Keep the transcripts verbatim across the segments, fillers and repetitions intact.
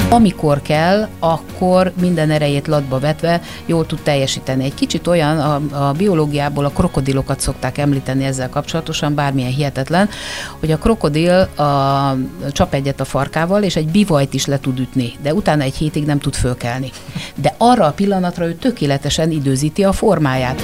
Amikor kell, akkor minden erejét latba vetve jól tud teljesíteni. Egy kicsit olyan, a, a biológiából a krokodilokat szokták említeni ezzel kapcsolatosan, bármilyen hihetetlen, hogy a krokodil a, csap egyet a farkával, és egy bivajt is le tud ütni, de utána egy hétig nem tud fölkelni. De arra a pillanatra ő tökéletesen időzíti a formáját.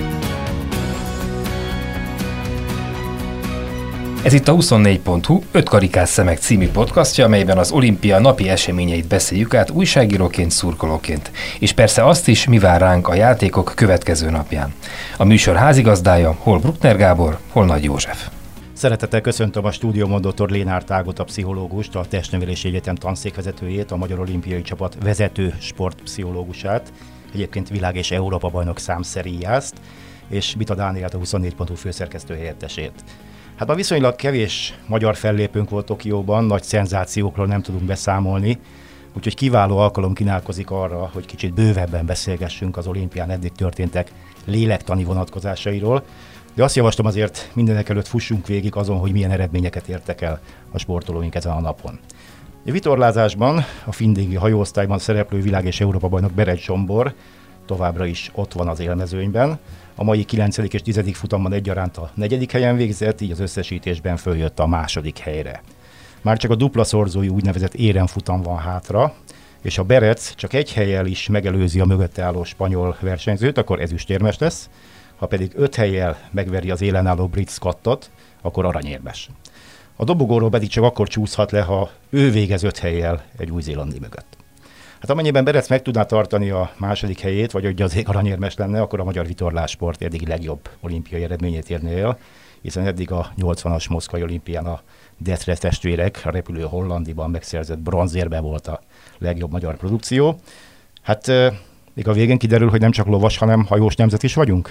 Ez itt a huszonnégy pont hu öt karikás szemek című podcastja, amelyben az olimpia napi eseményeit beszéljük át újságíróként, szurkolóként. És persze azt is, mi vár ránk a játékok következő napján. A műsor házigazdája hol Bruckner Gábor, hol Nagy József. Szeretettel köszöntöm a stúdiómon dr. Lénárd Ágot, a pszichológust, a Testnevelési Egyetem tanszékvezetőjét, a Magyar Olimpiai Csapat vezető sportpszichológusát, egyébként világ- és Európa-bajnok számszeríjászt, és Bita Dánielt, a huszonnégy pont hu főszerkesztő helyettesét. Hát ma viszonylag kevés magyar fellépőnk volt Tokióban, nagy szenzációkról nem tudunk beszámolni, úgyhogy kiváló alkalom kínálkozik arra, hogy kicsit bővebben beszélgessünk az olimpián eddig történtek lélektani vonatkozásairól, de azt javaslom azért mindenek előtt fussunk végig azon, hogy milyen eredményeket értek el a sportolóink ezen a napon. A vitorlázásban a findingi hajóosztályban szereplő világ- és Európa-bajnok Berec Zsombor továbbra is ott van az élmezőnyben. A mai kilencedik és tizedik futamban egyaránt a negyedik helyen végzett, így az összesítésben följött a második helyre. Már csak a dupla szorzói úgynevezett éremfutam van hátra, és ha Berec csak egy hellyel is megelőzi a mögötte álló spanyol versenyzőt, akkor ezüstérmes lesz, ha pedig öt hellyel megveri az élen álló brit Scottot, akkor aranyérmes. A dobogóról pedig csak akkor csúszhat le, ha ő végez öt hellyel egy új-zélandi mögött. Hát amennyiben Berec meg tudná tartani a második helyét, vagy hogy azért aranyérmes lenne, akkor a magyar vitorlásport eddig legjobb olimpiai eredményét érné el, hiszen eddig a nyolcvanas moszkvai olimpián a Detre testvérek, a repülő Hollandiban megszerzett bronzérbe volt a legjobb magyar produkció. Hát még a végén kiderül, hogy nem csak lovas, hanem hajós nemzet is vagyunk.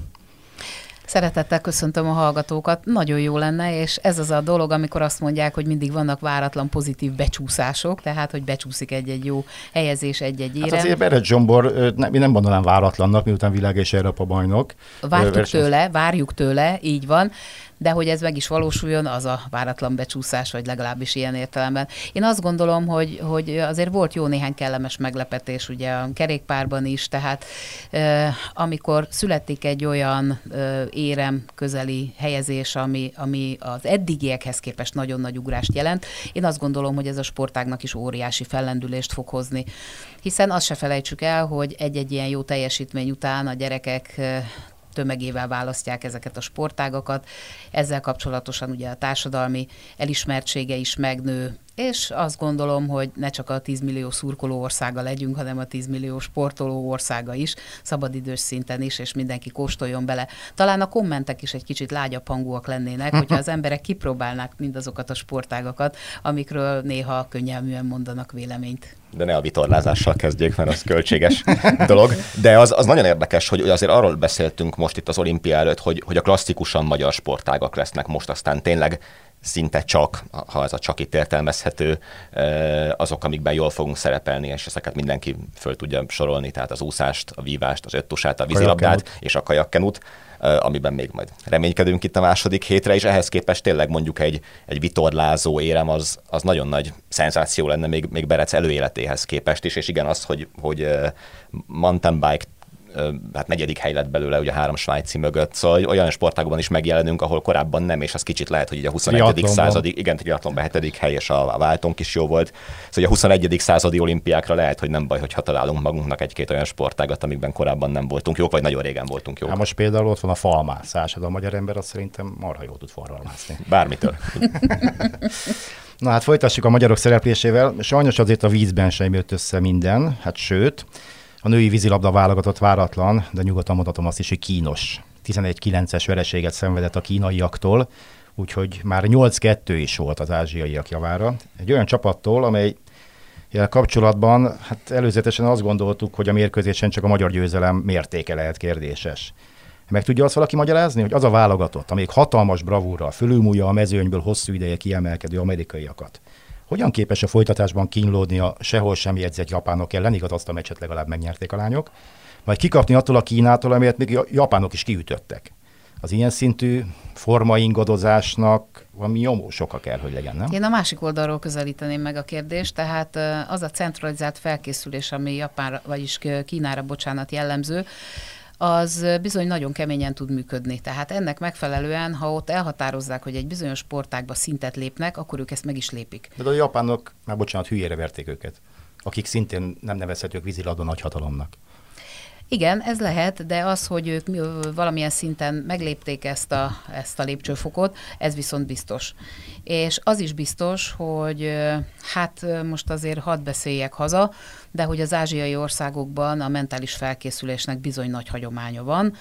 Szeretettel köszöntöm a hallgatókat, nagyon jó lenne, és ez az a dolog, amikor azt mondják, hogy mindig vannak váratlan pozitív becsúszások, tehát hogy becsúszik egy-egy jó helyezés, egy-egy érem. Hát azért Berec Zsombor, nem, én nem mondanám váratlannak, miután világ- és Európa-bajnok. Várjuk verseny... tőle, várjuk tőle, így van, de hogy ez meg is valósuljon, az a váratlan becsúszás, vagy legalábbis ilyen értelemben. Én azt gondolom, hogy, hogy azért volt jó néhány kellemes meglepetés, ugye a kerékpárban is, tehát euh, amikor születik egy olyan euh, érem közeli helyezés, ami, ami az eddigiekhez képest nagyon nagy ugrást jelent, én azt gondolom, hogy ez a sportágnak is óriási fellendülést fog hozni. Hiszen azt se felejtsük el, hogy egy-egy ilyen jó teljesítmény után a gyerekek tömegével választják ezeket a sportágakat. Ezzel kapcsolatosan ugye a társadalmi elismertsége is megnő, és azt gondolom, hogy ne csak a tíz millió szurkoló országa legyünk, hanem a tíz millió sportoló országa is, szabadidős szinten is, és mindenki kóstoljon bele. Talán a kommentek is egy kicsit lágyabb hangúak lennének, hogyha az emberek kipróbálnák mindazokat a sportágakat, amikről néha könnyelműen mondanak véleményt. De ne a vitorlázással kezdjék, mert az költséges dolog. De az, az nagyon érdekes, hogy azért arról beszéltünk most itt az olimpia előtt, hogy, hogy a klasszikusan magyar sportágak lesznek most aztán tényleg szinte csak, ha ez a csak itt értelmezhető, azok, amikben jól fogunk szerepelni, és ezeket mindenki föl tudja sorolni, tehát az úszást, a vívást, az öttusát, a vízilabdát és a kajakkenut, amiben még majd reménykedünk itt a második hétre, és ehhez képest tényleg mondjuk egy, egy vitorlázó érem az, az nagyon nagy szenzáció lenne még, még Berec előéletéhez képest is, és igen, az, hogy, hogy mountain bike hát negyedik hely lett belőle, ugye három svájci mögött, szóval olyan sportágokban is megjelenünk, ahol korábban nem, és az kicsit lehet, hogy így a huszonegyedik századi, igen, triatlonban hetedik hely, és a, a váltónk is jó volt. Szóval a huszonegyedik századi olimpiákra lehet, hogy nem baj, hogyha találunk magunknak egy-két olyan sportágat, amikben korábban nem voltunk jók, vagy nagyon régen voltunk jók. Hát most például ott van a falmászás, a magyar ember azt szerintem marha jól tud falmászni. Bármitől. Na hát folytassuk a magyarok szereplésével. Sajnos azért a vízben sem jött össze minden, hát sőt, a női vízilabda válogatott váratlan, de nyugodtan mondhatom azt is, hogy kínos. tizenegy kilences vereséget szenvedett a kínaiaktól, úgyhogy már nyolc kettő is volt az ázsiaiak javára. Egy olyan csapattól, amely kapcsolatban hát előzetesen azt gondoltuk, hogy a mérkőzésen csak a magyar győzelem mértéke lehet kérdéses. Meg tudja azt valaki magyarázni, hogy az a válogatott, amelyik hatalmas bravúrral fölülmúlja a mezőnyből hosszú ideje kiemelkedő amerikaiakat, hogyan képes a folytatásban kínlódni a sehol sem jegyzett japánok ellen, igaz, azt a meccset legalább megnyerték a lányok, vagy kikapni attól a Kínától, amelyet még a japánok is kiütöttek. az ilyen szintű formaingadozásnak valami nyomós oka kell, hogy legyen, nem? Én a másik oldalról közelíteném meg a kérdést, tehát az a centralizált felkészülés, ami Japánra, vagyis Kínára, bocsánat, jellemző, az bizony nagyon keményen tud működni. Tehát ennek megfelelően, ha ott elhatározzák, hogy egy bizonyos sportágba szintet lépnek, akkor ők ezt meg is lépik. De a japánok, már bocsánat, hülyére verték őket, akik szintén nem nevezhetők vízilabda nagyhatalomnak. Igen, ez lehet, de az, hogy ők valamilyen szinten meglépték ezt a, ezt a lépcsőfokot, ez viszont biztos. És az is biztos, hogy hát most azért hadd beszéljek haza, de hogy az ázsiai országokban a mentális felkészülésnek bizony nagy hagyománya van.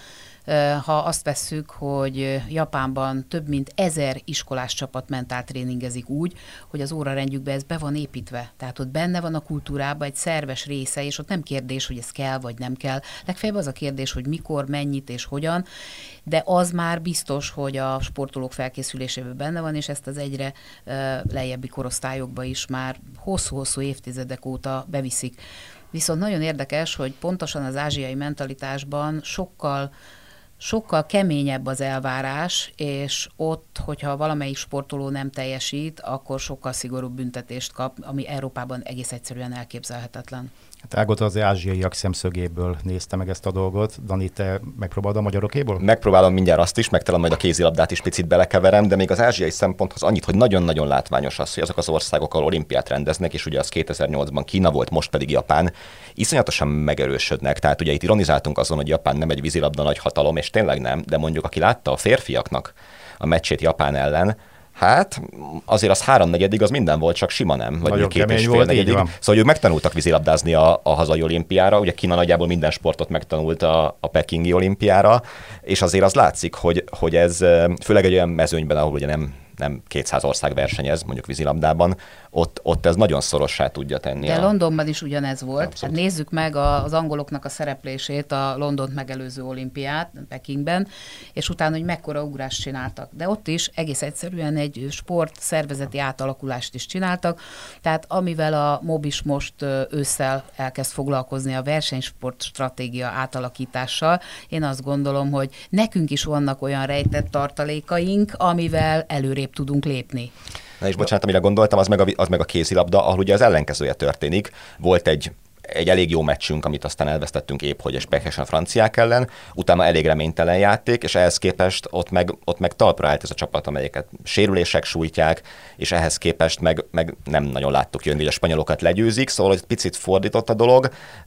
Ha azt vesszük, hogy Japánban több mint ezer iskolás csapat mentál tréningezik úgy, hogy az órarendjükbe ez be van építve. Tehát ott benne van a kultúrában egy szerves része, és ott nem kérdés, hogy ez kell vagy nem kell. Legfeljebb az a kérdés, hogy mikor, mennyit és hogyan, de az már biztos, hogy a sportolók felkészülésében benne van, és ezt az egyre lejjebbi korosztályokba is már hosszú-hosszú évtizedek óta beviszik. Viszont nagyon érdekes, hogy pontosan az ázsiai mentalitásban sokkal sokkal keményebb az elvárás, és ott, hogyha valamelyik sportoló nem teljesít, akkor sokkal szigorúbb büntetést kap, ami Európában egész egyszerűen elképzelhetetlen. Hát Ágot az ázsiaiak szemszögéből nézte meg ezt a dolgot. Dani, te megpróbálod a magyarokéból? Megpróbálom mindjárt azt is, meg talán majd a kézilabdát is picit belekeverem, de még az ázsiai szemponthoz annyit, hogy nagyon-nagyon látványos az, hogy azok az országok, ahol olimpiát rendeznek, és ugye az kétezer-nyolcban Kína volt, most pedig Japán, iszonyatosan megerősödnek. Tehát ugye itt ironizáltunk azon, hogy Japán nem egy vízilabda nagy hatalom, és tényleg nem, de mondjuk aki látta a férfiaknak a meccsét Japán ellen, hát azért az háromnegyedig az minden volt, csak sima nem. Vagy nagyon két és fél negyedig. Szóval ők megtanultak vízilabdázni a, a hazai olimpiára, ugye Kína nagyjából minden sportot megtanult a, a pekingi olimpiára, és azért az látszik, hogy, hogy ez főleg egy olyan mezőnyben, ahol ugye nem, nem kétszáz ország versenyez, mondjuk vízilabdában, ott, ott ez nagyon szorossá tudja tenni. De a... Londonban is ugyanez volt. Hát nézzük meg az angoloknak a szereplését a Londont megelőző olimpiát Pekingben, és utána, hogy mekkora ugrást csináltak. De ott is egész egyszerűen egy sport szervezeti átalakulást is csináltak, tehát amivel a MOB is most ősszel elkezd foglalkozni a versenysport stratégia átalakítással, én azt gondolom, hogy nekünk is vannak olyan rejtett tartalékaink, amivel előrébb tudunk lépni. Na és bocsánat, amire gondoltam, az meg, a, az meg a kézilabda, ahol ugye az ellenkezője történik. Volt egy, egy elég jó meccsünk, amit aztán elvesztettünk épp, hogy és pekesen a franciák ellen, utána elég reménytelen játék, és ehhez képest ott meg, ott meg talpra állt ez a csapat, amelyeket sérülések sújtják, és ehhez képest meg, meg nem nagyon láttuk jönni, hogy a spanyolokat legyőzik, szóval egy picit fordított a dolog.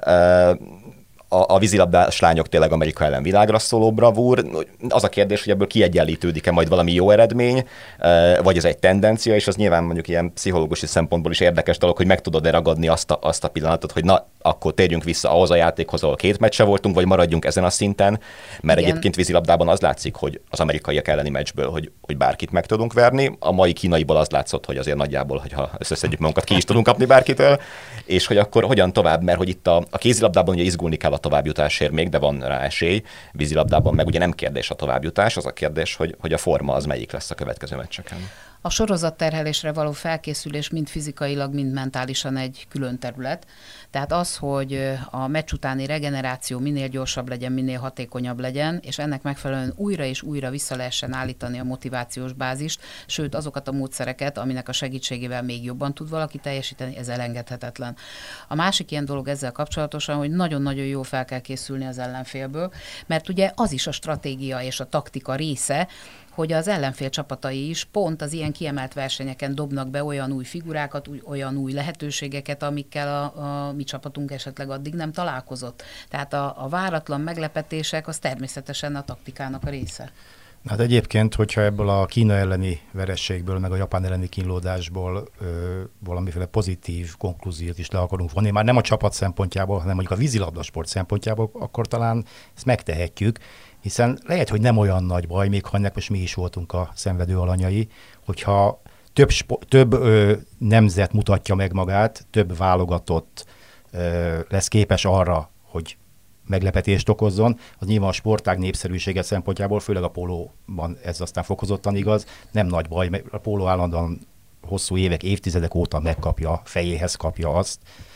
A, a vízilabdás lányok tényleg Amerika ellen világra szóló bravúr. Az a kérdés, hogy ebből kiegyenlítődik-e majd valami jó eredmény, vagy ez egy tendencia, és az nyilván mondjuk ilyen pszichológusi szempontból is érdekes dolog, hogy meg tudod-e ragadni azt a, azt a pillanatot, hogy na, akkor térjünk vissza ahhoz a játékhoz, ahol két meccse voltunk, vagy maradjunk ezen a szinten, mert igen. Egyébként vízilabdában az látszik, hogy az amerikaiak elleni meccsből, hogy, hogy bárkit meg tudunk verni, a mai kínaiból az látszott, hogy azért nagyjából, hogyha összeszedjük magunkat, ki is tudunk kapni bárkitől, és hogy akkor hogyan tovább, mert hogy itt a, a kézilabdában ugye izgulni kell a továbbjutásért még, de van rá esély. Vízilabdában meg ugye nem kérdés a továbbjutás, az a kérdés, hogy, hogy a forma az melyik lesz a következő meccseken. A sorozatterhelésre való felkészülés mind fizikailag, mind mentálisan egy külön terület. Tehát az, hogy a meccs utáni regeneráció minél gyorsabb legyen, minél hatékonyabb legyen, és ennek megfelelően újra és újra vissza lehessen állítani a motivációs bázist, sőt azokat a módszereket, aminek a segítségével még jobban tud valaki teljesíteni, ez elengedhetetlen. A másik ilyen dolog ezzel kapcsolatosan, hogy nagyon-nagyon jól fel kell készülni az ellenfélből, mert ugye az is a stratégia és a taktika része, hogy az ellenfél csapatai is pont az ilyen kiemelt versenyeken dobnak be olyan új figurákat, új, olyan új lehetőségeket, amikkel a, a mi csapatunk esetleg addig nem találkozott. Tehát a, a váratlan meglepetések az természetesen a taktikának a része. Hát egyébként, hogyha ebből a Kína elleni verességből, meg a Japán elleni kínlódásból ö, valamiféle pozitív konklúziót is le akarunk vonni, már nem a csapat szempontjából, hanem mondjuk a vízilabdasport szempontjából, akkor talán ezt megtehetjük, hiszen lehet, hogy nem olyan nagy baj, még ha ennek most mi is voltunk a szenvedő alanyai, hogyha több, spo- több ö, nemzet mutatja meg magát, több válogatott ö, lesz képes arra, hogy meglepetést okozzon, az nyilván a sportág népszerűsége szempontjából, főleg a pólóban ez aztán fokozottan igaz, nem nagy baj, mert a póló állandóan hosszú évek, évtizedek óta megkapja, fejéhez kapja azt,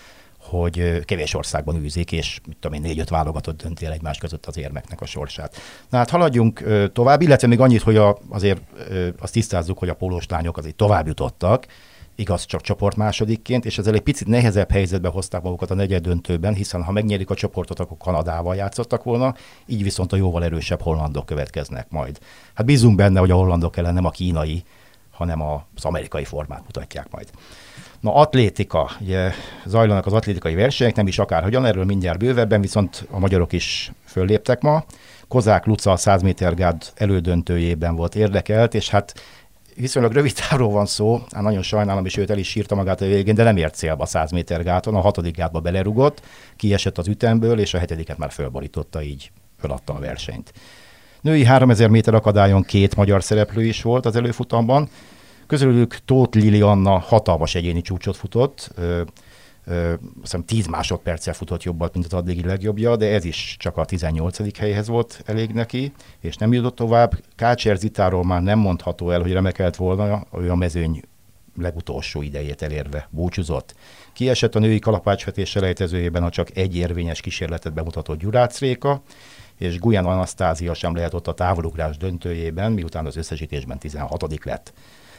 hogy kevés országban űzik, és mit tudom én, négy-öt válogatott dönti el egymás között az érmeknek a sorsát. Na hát haladjunk tovább, illetve még annyit, hogy a, azért azt tisztázzuk, hogy a pólós lányok azért tovább jutottak, igaz, csak csoport másodikként, és ezzel egy picit nehezebb helyzetbe hozták magukat a negyed döntőben, hiszen ha megnyerik a csoportot, akkor Kanadával játszottak volna, így viszont a jóval erősebb hollandok következnek majd. Hát bízunk benne, hogy a hollandok ellen nem a kínai, hanem az amerikai formát mutatják majd. Na, atlétika. Ugye zajlanak az atlétikai versenyek, nem is akárhogyan, erről mindjárt bővebben, viszont a magyarok is fölléptek ma. Kozák Luca a száz méter gárd elődöntőjében volt érdekelt, és hát viszonylag rövid távról van szó, hát nagyon sajnálom, és őt el is sírta magát a végén, de nem ért célba a száz méter gáton, a hatodik gátba belerugott, kiesett az ütemből, és a hetediket már fölborította, így föladta a versenyt. Női háromezer méter akadályon két magyar szereplő is volt az előfutamban, közülük Tóth Lilianna hatalmas egyéni csúcsot futott, ö, ö, azt hiszem tíz másodperccel futott jobbat, mint az addigi legjobbja, de ez is csak a tizennyolcadik helyhez volt elég neki, és nem jutott tovább. Kácser Zitáról már nem mondható el, hogy remekelt volna, ő a mezőny legutolsó idejét elérve búcsúzott. Kiesett a női kalapácsvetés selejtezőjében a csak egy érvényes kísérletet bemutatott Gyurácz Réka, és Gulyán Anasztázia sem lehet ott a távolugrás döntőjében, miután az összesítésben tizenhatodik lett.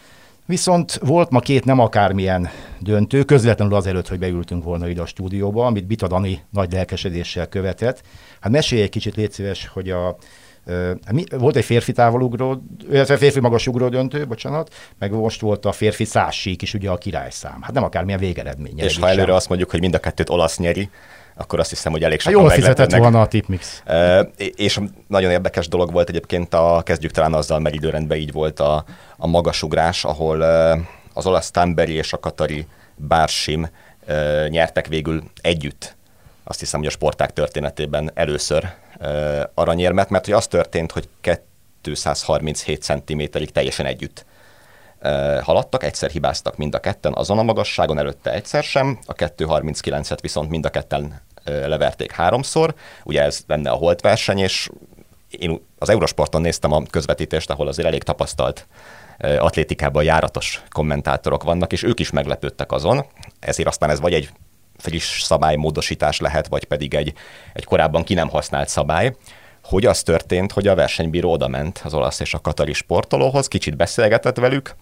Viszont volt ma két nem akármilyen döntő, közvetlenül azelőtt, hogy beültünk volna ide a stúdióba, amit Bita Dani nagy lelkesedéssel követett. Hát mesélj egy kicsit, légy szíves, hogy a, uh, mi, volt egy férfi távolugró, illetve férfi magasugró döntő, bocsánat, meg most volt a férfi százsík is, ugye a királyszám. Hát nem akármilyen végeredmény. És ha előre sem azt mondjuk, hogy mind a kettőt olasz nyeri, akkor azt hiszem, hogy elég sokan jól fizetett volna a tipmix. E, és nagyon érdekes dolog volt egyébként, a, kezdjük talán azzal, mert időrendben így volt a, a magasugrás, ahol e, az olasz Tamberi és a katari Barsim e, nyertek végül együtt. Azt hiszem, hogy a sportág történetében először e, aranyérmet, mert hogy az történt, hogy kétszázharminchét centiméterig teljesen együtt e, haladtak, egyszer hibáztak mind a ketten azon a magasságon, előtte egyszer sem, a kétszázharminckilencet viszont mind a ketten leverték háromszor, ugye ez lenne a holt verseny, és én az Eurosporton néztem a közvetítést, ahol azért elég tapasztalt atlétikában járatos kommentátorok vannak, és ők is meglepődtek azon, ezért aztán ez vagy egy friss szabálymódosítás lehet, vagy pedig egy, egy korábban ki nem használt szabály, hogy az történt, hogy a versenybíró odament az olasz és a katari sportolóhoz, kicsit beszélgetett velük,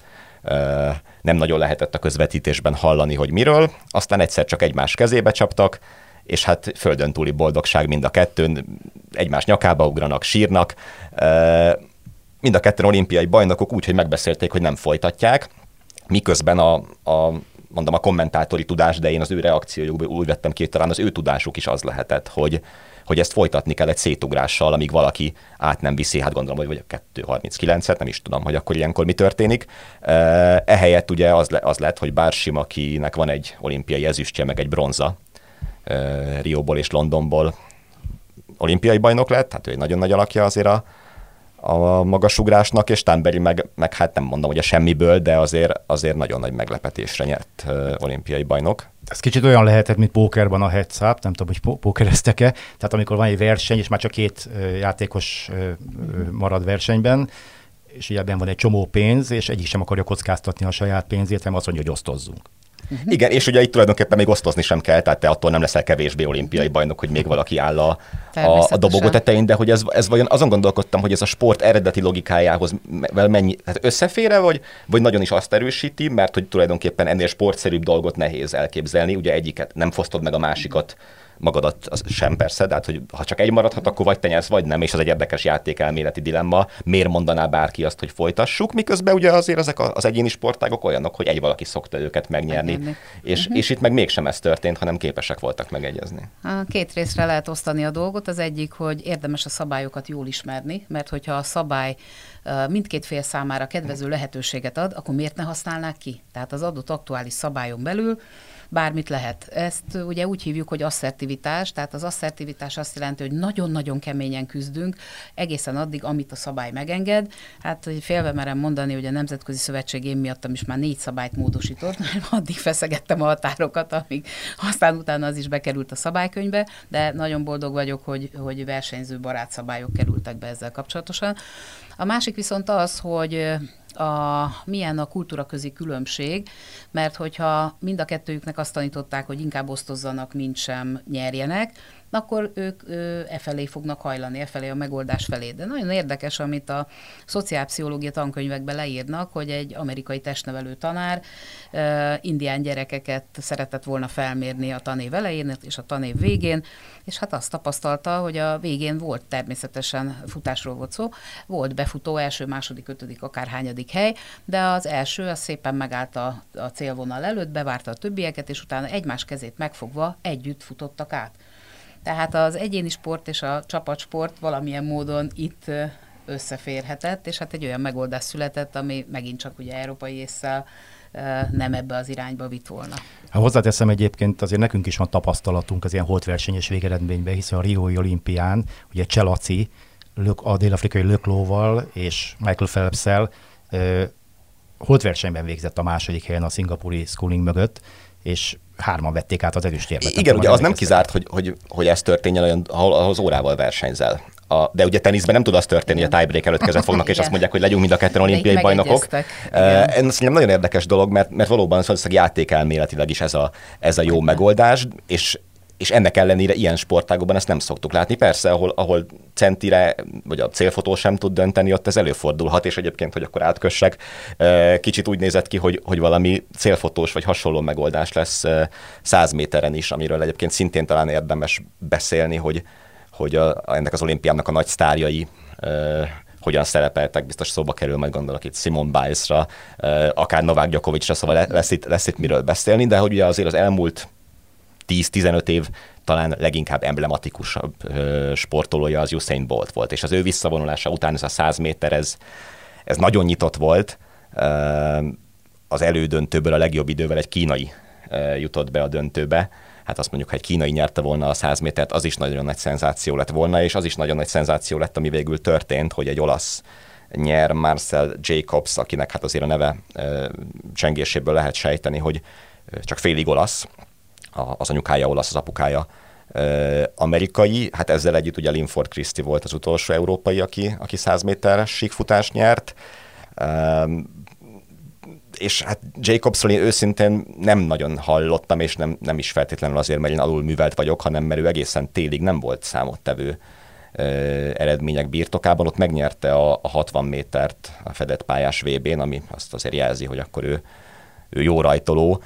nem nagyon lehetett a közvetítésben hallani, hogy miről, aztán egyszer csak egymás kezébe csaptak, és hát földön túli boldogság mind a kettőn, egymás nyakába ugranak, sírnak. Mind a ketten olimpiai bajnokok úgy, hogy megbeszélték, hogy nem folytatják, miközben a, a, mondom, a kommentátori tudás, de én az ő reakciójukból úgy vettem ki, talán az ő tudásuk is az lehetett, hogy, hogy ezt folytatni kell egy szétugrással, amíg valaki át nem viszi, hát gondolom, hogy vagy a kétszázharminckilencet, nem is tudom, hogy akkor ilyenkor mi történik. Ehelyett ugye az, le, az lett, hogy Barsim, akinek van egy olimpiai ezüstje, meg egy bronza, Rióból és Londonból olimpiai bajnok lett, hát ő egy nagyon nagy alakja azért a, a magasugrásnak, és Tamberi meg, meg hát nem mondom, hogy a semmiből, de azért, azért nagyon nagy meglepetésre nyert uh, olimpiai bajnok. Ez kicsit olyan lehetett, mint pókerban a heads up, nem tudom, hogy pókereztek-e, tehát amikor van egy verseny, és már csak két uh, játékos uh, marad versenyben, és ugye ebben van egy csomó pénz, és egyik sem akarja kockáztatni a saját pénzét, hanem azt mondja, hogy osztozzunk. Uh-huh. Igen, és ugye itt tulajdonképpen még osztozni sem kell, tehát te attól nem leszel kevésbé olimpiai bajnok, hogy még valaki áll a, a, a dobogó tetején, de hogy ez, ez vajon, azon gondolkodtam, hogy ez a sport eredeti logikájához mennyi, hát összefér-e, vagy, vagy nagyon is azt erősíti, mert hogy tulajdonképpen ennél sportszerűbb dolgot nehéz elképzelni, ugye egyiket nem fosztod meg a másikat, magadat az sem persze, de hát, hogy ha csak egy maradhat, akkor vagy te nyersz, vagy nem, és ez egy érdekes játékelméleti dilemma. Miért mondaná bárki azt, hogy folytassuk, miközben ugye azért ezek az egyéni sportágok olyanok, hogy egy valaki szokta őket megnyerni, megnyerni. És, uh-huh. és itt meg mégsem ez történt, hanem képesek voltak megegyezni. A két részre lehet osztani a dolgot. Az egyik, hogy érdemes a szabályokat jól ismerni, mert hogyha a szabály mindkét fél számára kedvező lehetőséget ad, akkor miért ne használnák ki? Tehát az adott aktuális szabályon belül bármit lehet. Ezt ugye úgy hívjuk, hogy asszertivitás, tehát az asszertivitás azt jelenti, hogy nagyon-nagyon keményen küzdünk, egészen addig, amit a szabály megenged. Hát, hogy félve merem mondani, hogy a Nemzetközi Szövetség én miattam is már négy szabályt módosított, mert addig feszegettem a határokat, amíg aztán utána az is bekerült a szabálykönyvbe, de nagyon boldog vagyok, hogy, hogy versenyző barát szabályok kerültek be ezzel kapcsolatosan. A másik viszont az, hogy a, milyen a kultúraközi különbség, mert hogyha mind a kettőjüknek azt tanították, hogy inkább osztozzanak, mint sem nyerjenek, akkor ők ö, e felé fognak hajlani, e felé a megoldás felé. De nagyon érdekes, amit a szociálpszichológia tankönyvekben leírnak, hogy egy amerikai testnevelő tanár ö, indián gyerekeket szeretett volna felmérni a tanév elején és a tanév végén, és hát azt tapasztalta, hogy a végén volt természetesen futásról volt szó, volt befutó első, második, ötödik, akárhányadik hely, de az első az szépen megállt a, a célvonal előtt, bevárta a többieket, és utána egymás kezét megfogva együtt futottak át. Tehát az egyéni sport és a csapatsport valamilyen módon itt összeférhetett, és hát egy olyan megoldás született, ami megint csak ugye európai ésszel nem ebbe az irányba vitt volna. Ha hozzáteszem, egyébként azért nekünk is van tapasztalatunk az ilyen holtversenyes végeredményben, hiszen a Riói olimpián ugye Cselaci a dél-afrikai Löklóval és Michael Phelps-szel holtversenyben végzett a második helyen a szingapúri schooling mögött, és hárman vették át az ezüstérmet. Igen, ugye az nem kizárt, hogy, hogy, hogy ez történjen olyan, ahol az órával versenyzel. A, de ugye teniszben nem tud az történni, hogy a tiebreak előtt kezet fognak, és azt mondják, hogy legyünk mind a ketten olimpiai bajnokok. Ez szerintem nagyon érdekes dolog, mert, mert valóban valószínűleg játékelméletileg is ez a, ez a jó megoldás, és és ennek ellenére ilyen sportágokban ezt nem szoktuk látni. Persze, ahol, ahol centire, vagy a célfotó sem tud dönteni, ott ez előfordulhat, és egyébként, hogy akkor átkössek, kicsit úgy nézett ki, hogy, hogy valami célfotós vagy hasonló megoldás lesz száz méteren is, amiről egyébként szintén talán érdemes beszélni, hogy, hogy a, ennek az olimpiának a nagy sztárjai hogyan szerepeltek, biztos szóba kerül, majd gondolok itt Simone Bilesra, akár Novák Djokovicra, szóval lesz itt, lesz itt miről beszélni, de hogy ugye azért az elmúlt tíz-tizenöt év talán leginkább emblematikusabb ö, sportolója az Usain Bolt volt, és az ő visszavonulása után ez a száz méter, ez, ez nagyon nyitott volt. Az elődöntőből a legjobb idővel egy kínai jutott be a döntőbe. Hát azt mondjuk, ha egy kínai nyerte volna a száz métert, az is nagyon nagy szenzáció lett volna, és az is nagyon nagy szenzáció lett, ami végül történt, hogy egy olasz nyer, Marcel Jacobs, akinek hát azért a neve csengéséből lehet sejteni, hogy csak félig olasz, az anyukája olasz, az apukája amerikai, hát ezzel együtt ugye Linford Christie volt az utolsó európai, aki, aki száz méteres síkfutást nyert, és hát Jacobsról én őszintén nem nagyon hallottam, és nem, nem is feltétlenül azért, mert én alulművelt vagyok, hanem mert ő egészen télig nem volt számottevő eredmények birtokában, ott megnyerte a, a hatvan métert a fedett pályás vé bén, ami azt azért jelzi, hogy akkor ő ő jó rajtoló,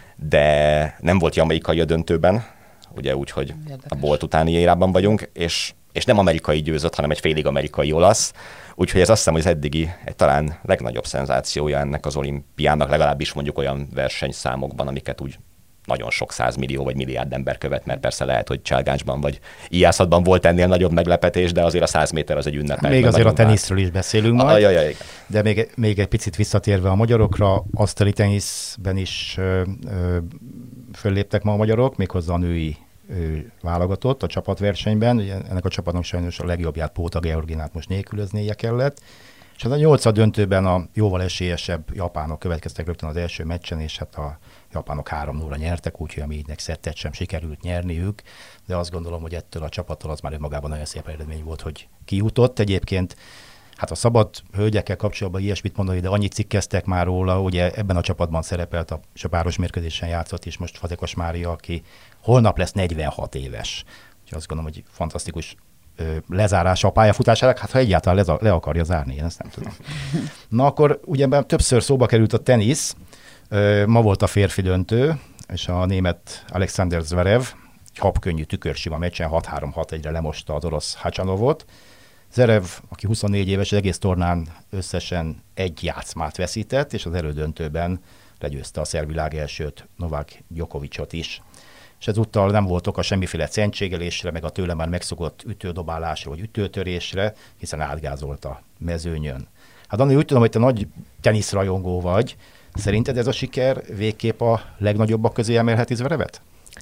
de nem volt jamaikai a döntőben, ugye úgy, hogy a Bolt utáni érában vagyunk, és, és nem amerikai győzött, hanem egy félig amerikai olasz, úgyhogy ez azt hiszem, hogy az eddigi egy talán legnagyobb szenzációja ennek az olimpiának, legalábbis mondjuk olyan versenyszámokban, amiket úgy nagyon sok százmillió vagy milliárd ember követ, mert persze lehet, hogy cselgáncsban vagy ijászatban volt ennél nagyobb meglepetés, de azért a száz méter az egy ünnepel. Még azért a teniszről is beszélünk majd, Ajajaj. de még, még egy picit visszatérve a magyarokra, asztali teniszben is ö, ö, fölléptek ma a magyarok, méghozzá a női ö, válogatott a csapatversenyben. Ugye ennek a csapatnak sajnos a legjobbját, Póta Georginát most nélkülöznie kellett. És hát a nyolcad döntőben a jóval esélyesebb japánok következtek rögtön az első meccsen, és hát a japánok három nullra nyertek, úgyhogy a Médnek szettet sem sikerült nyerniük, de azt gondolom, hogy ettől a csapattól az már önmagában nagyon szép eredmény volt, hogy kijutott. Egyébként hát a szabad hölgyekkel kapcsolatban ilyesmit mondani, de annyit cikkeztek már róla, ugye ebben a csapatban szerepelt, a, és a páros mérkőzésen játszott is most Fazekas Mária, aki holnap lesz negyvenhat éves. Úgyhogy azt gondolom, hogy fantasztikus lezárása a pályafutásának, hát ha egyáltalán le, le akarja zárni, én ezt nem tudom. Na akkor ugye többször szóba került a tenisz, ma volt a férfi döntő, és a német Alexander Zverev egy habkönnyű tükörsima meccsen hat három hat egyre lemosta az orosz Hachanovot. Zverev, aki huszonnégy éves, az egész tornán összesen egy játszmát veszített, és az elődöntőben legyőzte a szerb világ elsőt, Novák Djokovicot is. És ezúttal nem volt oka semmiféle szentségelésre, meg a tőle már megszokott ütődobálásra, vagy ütőtörésre, hiszen átgázolt a mezőnyön. Hát Dani, úgy tudom, hogy te nagy teniszrajongó vagy. Szerinted ez a siker végképp a legnagyobbak közé emelheti Zverevet?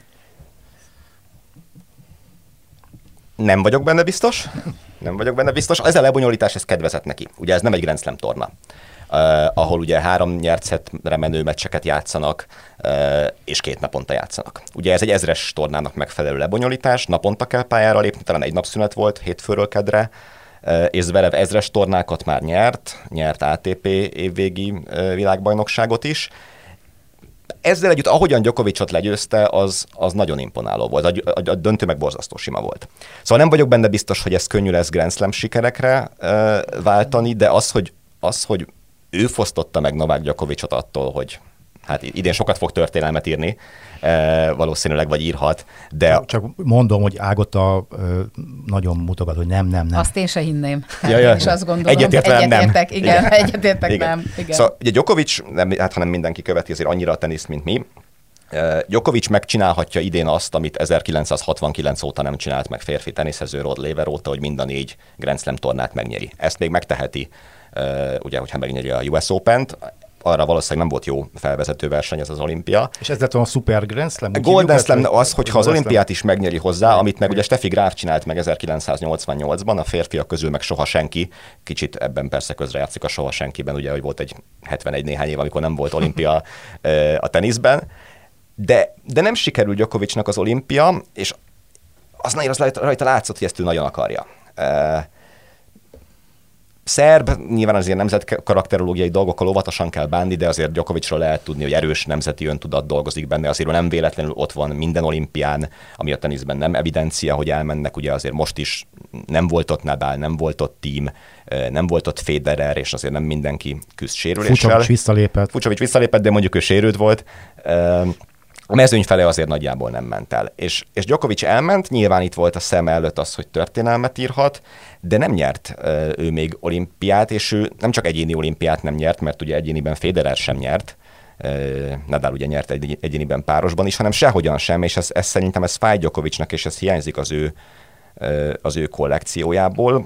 Nem vagyok benne biztos. Nem vagyok benne biztos. Ez a lebonyolítás, ez kedvezett neki. Ugye ez nem egy Grand Slam torna, Uh, ahol ugye három nyert szettre menő meccseket játszanak, uh, és két naponta játszanak. Ugye ez egy ezres tornának megfelelő lebonyolítás, naponta kell pályára lépni, talán egy napszünet volt, hétfőről kedre, és Zverev ezres tornákat már nyert, nyert á té pé évvégi világbajnokságot is. Ezzel együtt, ahogyan Djokovicot legyőzte, az, az nagyon imponáló volt. A, a, a döntő meg borzasztó sima volt. Szóval nem vagyok benne biztos, hogy ez könnyű lesz Grand Slam sikerekre uh, váltani, de az, hogy, az, hogy ő fosztotta meg Novák Djokovicot attól, hogy hát idén sokat fog történelmet írni, uh, valószínűleg, vagy írhat, de... Csak mondom, hogy Ágota uh, nagyon mutogat, hogy nem, nem, nem. Azt én se hinném. Ja, ja. És azt gondolom, egyetértek, egyetértek, igen, igen. egyetértek, igen. nem. Igen. Szóval ugye Djokovic, nem, hát hanem mindenki követi azért annyira a teniszt, mint mi. Uh, Djokovic megcsinálhatja idén azt, amit ezerkilencszázhatvankilenc óta nem csinált meg férfi teniszező Rod Laver óta, hogy mind a négy Grand Slam tornát megnyeri. Ezt még megteheti, uh, ugye, hogyha megnyeri a U S Opent. Arra valószínűleg nem volt jó felvezető verseny ez az olimpia. És ez lett a Super Grand Slam? A Golden Slam az, hogyha az olimpiát is megnyeri hozzá, amit meg ugye Steffi Graf csinált meg ezerkilencszáznyolcvannyolcban, a férfiak közül meg soha senki, kicsit ebben persze közrejátszik a soha senkiben, ugye, hogy volt egy hetvenegy néhány év, amikor nem volt olimpia a teniszben, de, de nem sikerült Djokovicnak az olimpia, és az nagyon az rajta, rajta látszott, hogy ezt ő nagyon akarja. Szerb, nyilván azért nemzetkarakterológiai dolgokkal óvatosan kell bánni, de azért Djokovicról lehet tudni, hogy erős nemzeti öntudat dolgozik benne, azért nem véletlenül ott van minden olimpián, ami a teniszben nem evidencia, hogy elmennek, ugye azért most is nem volt ott Nadal, nem volt ott Thiem, nem volt ott Federer, és azért nem mindenki küzd sérüléssel. Fucsovics visszalépett. Fucsovics visszalépett, de mondjuk ő sérült volt. A mezőny fele azért nagyjából nem ment el. És, és Djokovic elment, nyilván itt volt a szem előtt az, hogy történelmet írhat, de nem nyert uh, ő még olimpiát, és ő nem csak egyéni olimpiát nem nyert, mert ugye egyéniben Federer sem nyert, uh, Nadal ugye nyert egy, egyéniben párosban is, hanem sehogyan sem, és ez, ez szerintem ez fáj Djokovicnak, és ez hiányzik az ő, uh, az ő kollekciójából.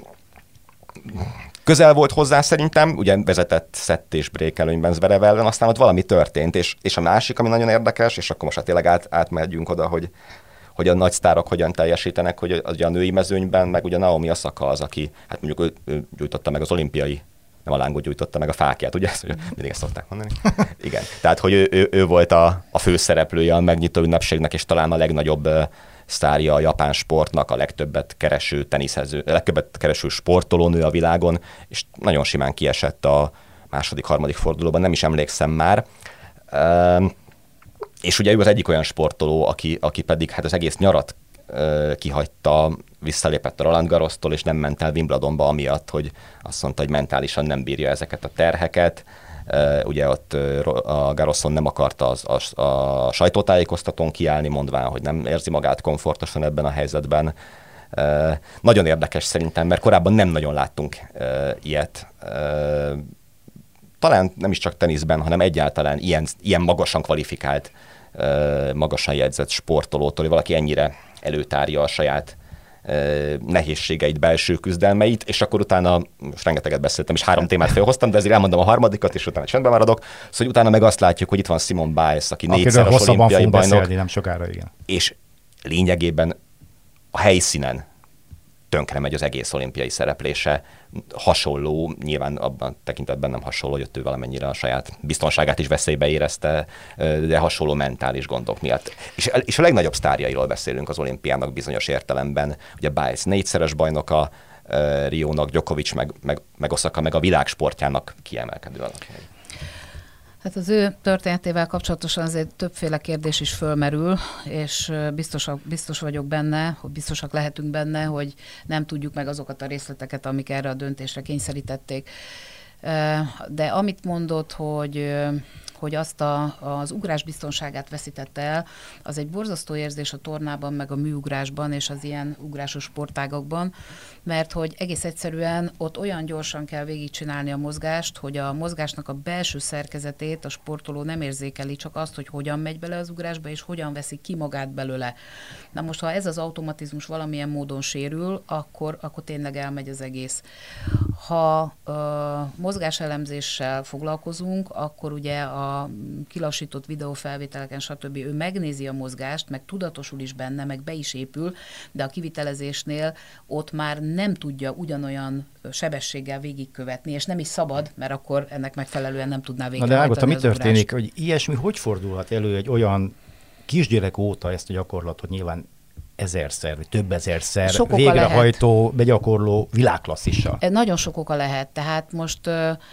Közel volt hozzá szerintem, ugye vezetett szett és break előnyben Zverev ellen, aztán ott valami történt, és, és a másik, ami nagyon érdekes, és akkor most hát tényleg át, átmegyünk oda, hogy, hogy a nagy sztárok hogyan teljesítenek, hogy a, a női mezőnyben, meg ugye Naomi Osaka az, aki, hát mondjuk ő, ő gyújtotta meg az olimpiai, nem a lángot gyújtotta meg a fákját, ugye? Ezt, mindig ezt szokták mondani. Igen. Tehát, hogy ő, ő, ő volt a, a főszereplője a megnyitó ünnepségnek, és talán a legnagyobb sztárja a japán sportnak, a legtöbbet kereső teniszező, a legtöbbet kereső sportolónő a világon, és nagyon simán kiesett a második, harmadik fordulóban, nem is emlékszem már. Üm, és ugye ő az egyik olyan sportoló, aki, aki pedig hát az egész nyarat uh, kihagyta, visszalépett a Roland Garrostól, és nem ment el Wimbledonba amiatt, hogy azt mondta, hogy mentálisan nem bírja ezeket a terheket. Uh, ugye ott uh, a Garroson nem akarta az, a, a sajtótájékoztatón kiállni, mondván, hogy nem érzi magát komfortosan ebben a helyzetben. Uh, nagyon érdekes szerintem, mert korábban nem nagyon láttunk uh, ilyet. Uh, talán nem is csak teniszben, hanem egyáltalán ilyen, ilyen magasan kvalifikált, uh, magasan jegyzett sportolótól, hogy valaki ennyire előtárja a saját nehézségeit, belső küzdelmeit, és akkor utána, most rengeteget beszéltem, és három témát felhoztam, de ezért elmondom a harmadikat, és utána csendben maradok, szóval hogy utána meg azt látjuk, hogy itt van Simone Biles, aki négyszeres olimpiai bajnok. Beszélni, nem sokára, igen. És lényegében a helyszínen tönkre megy az egész olimpiai szereplése. Hasonló, nyilván abban tekintetben nem hasonló, hogy ő valamennyire a saját biztonságát is veszélybe érezte, de hasonló mentális gondok miatt. És, és a legnagyobb sztárjairól beszélünk az olimpiának bizonyos értelemben. Ugye Biles négyszeres bajnoka, Riónak, Djokovic, meg, meg, meg Osaka, meg a világsportjának kiemelkedő alakja. Hát az ő történetével kapcsolatosan azért többféle kérdés is fölmerül, és biztos, biztos vagyok benne, hogy biztosak lehetünk benne, hogy nem tudjuk meg azokat a részleteket, amik erre a döntésre kényszerítették. De amit mondott, hogy, hogy azt a, az ugrás biztonságát veszítette el, az egy borzasztó érzés a tornában, meg a műugrásban, és az ilyen ugrásos sportágakban, mert hogy egész egyszerűen ott olyan gyorsan kell végigcsinálni a mozgást, hogy a mozgásnak a belső szerkezetét a sportoló nem érzékeli, csak azt, hogy hogyan megy bele az ugrásba, és hogyan veszi ki magát belőle. Na most, ha ez az automatizmus valamilyen módon sérül, akkor, akkor tényleg elmegy az egész. Ha uh, mozgáselemzéssel foglalkozunk, akkor ugye a kilassított videófelvételeken, stb. Ő megnézi a mozgást, meg tudatosul is benne, meg be is épül, de a kivitelezésnél ott már nem tudja ugyanolyan sebességgel végigkövetni, és nem is szabad, mert akkor ennek megfelelően nem tudná végrehajtani. Na de Ágota, mi történik, hogy ilyesmi hogy fordulhat elő egy olyan kisgyerek óta ezt a gyakorlatot nyilván ezerszer, vagy több ezerszer Sok végrehajtó, lehet. begyakorló világklasszissal. Nagyon sok oka lehet. Tehát most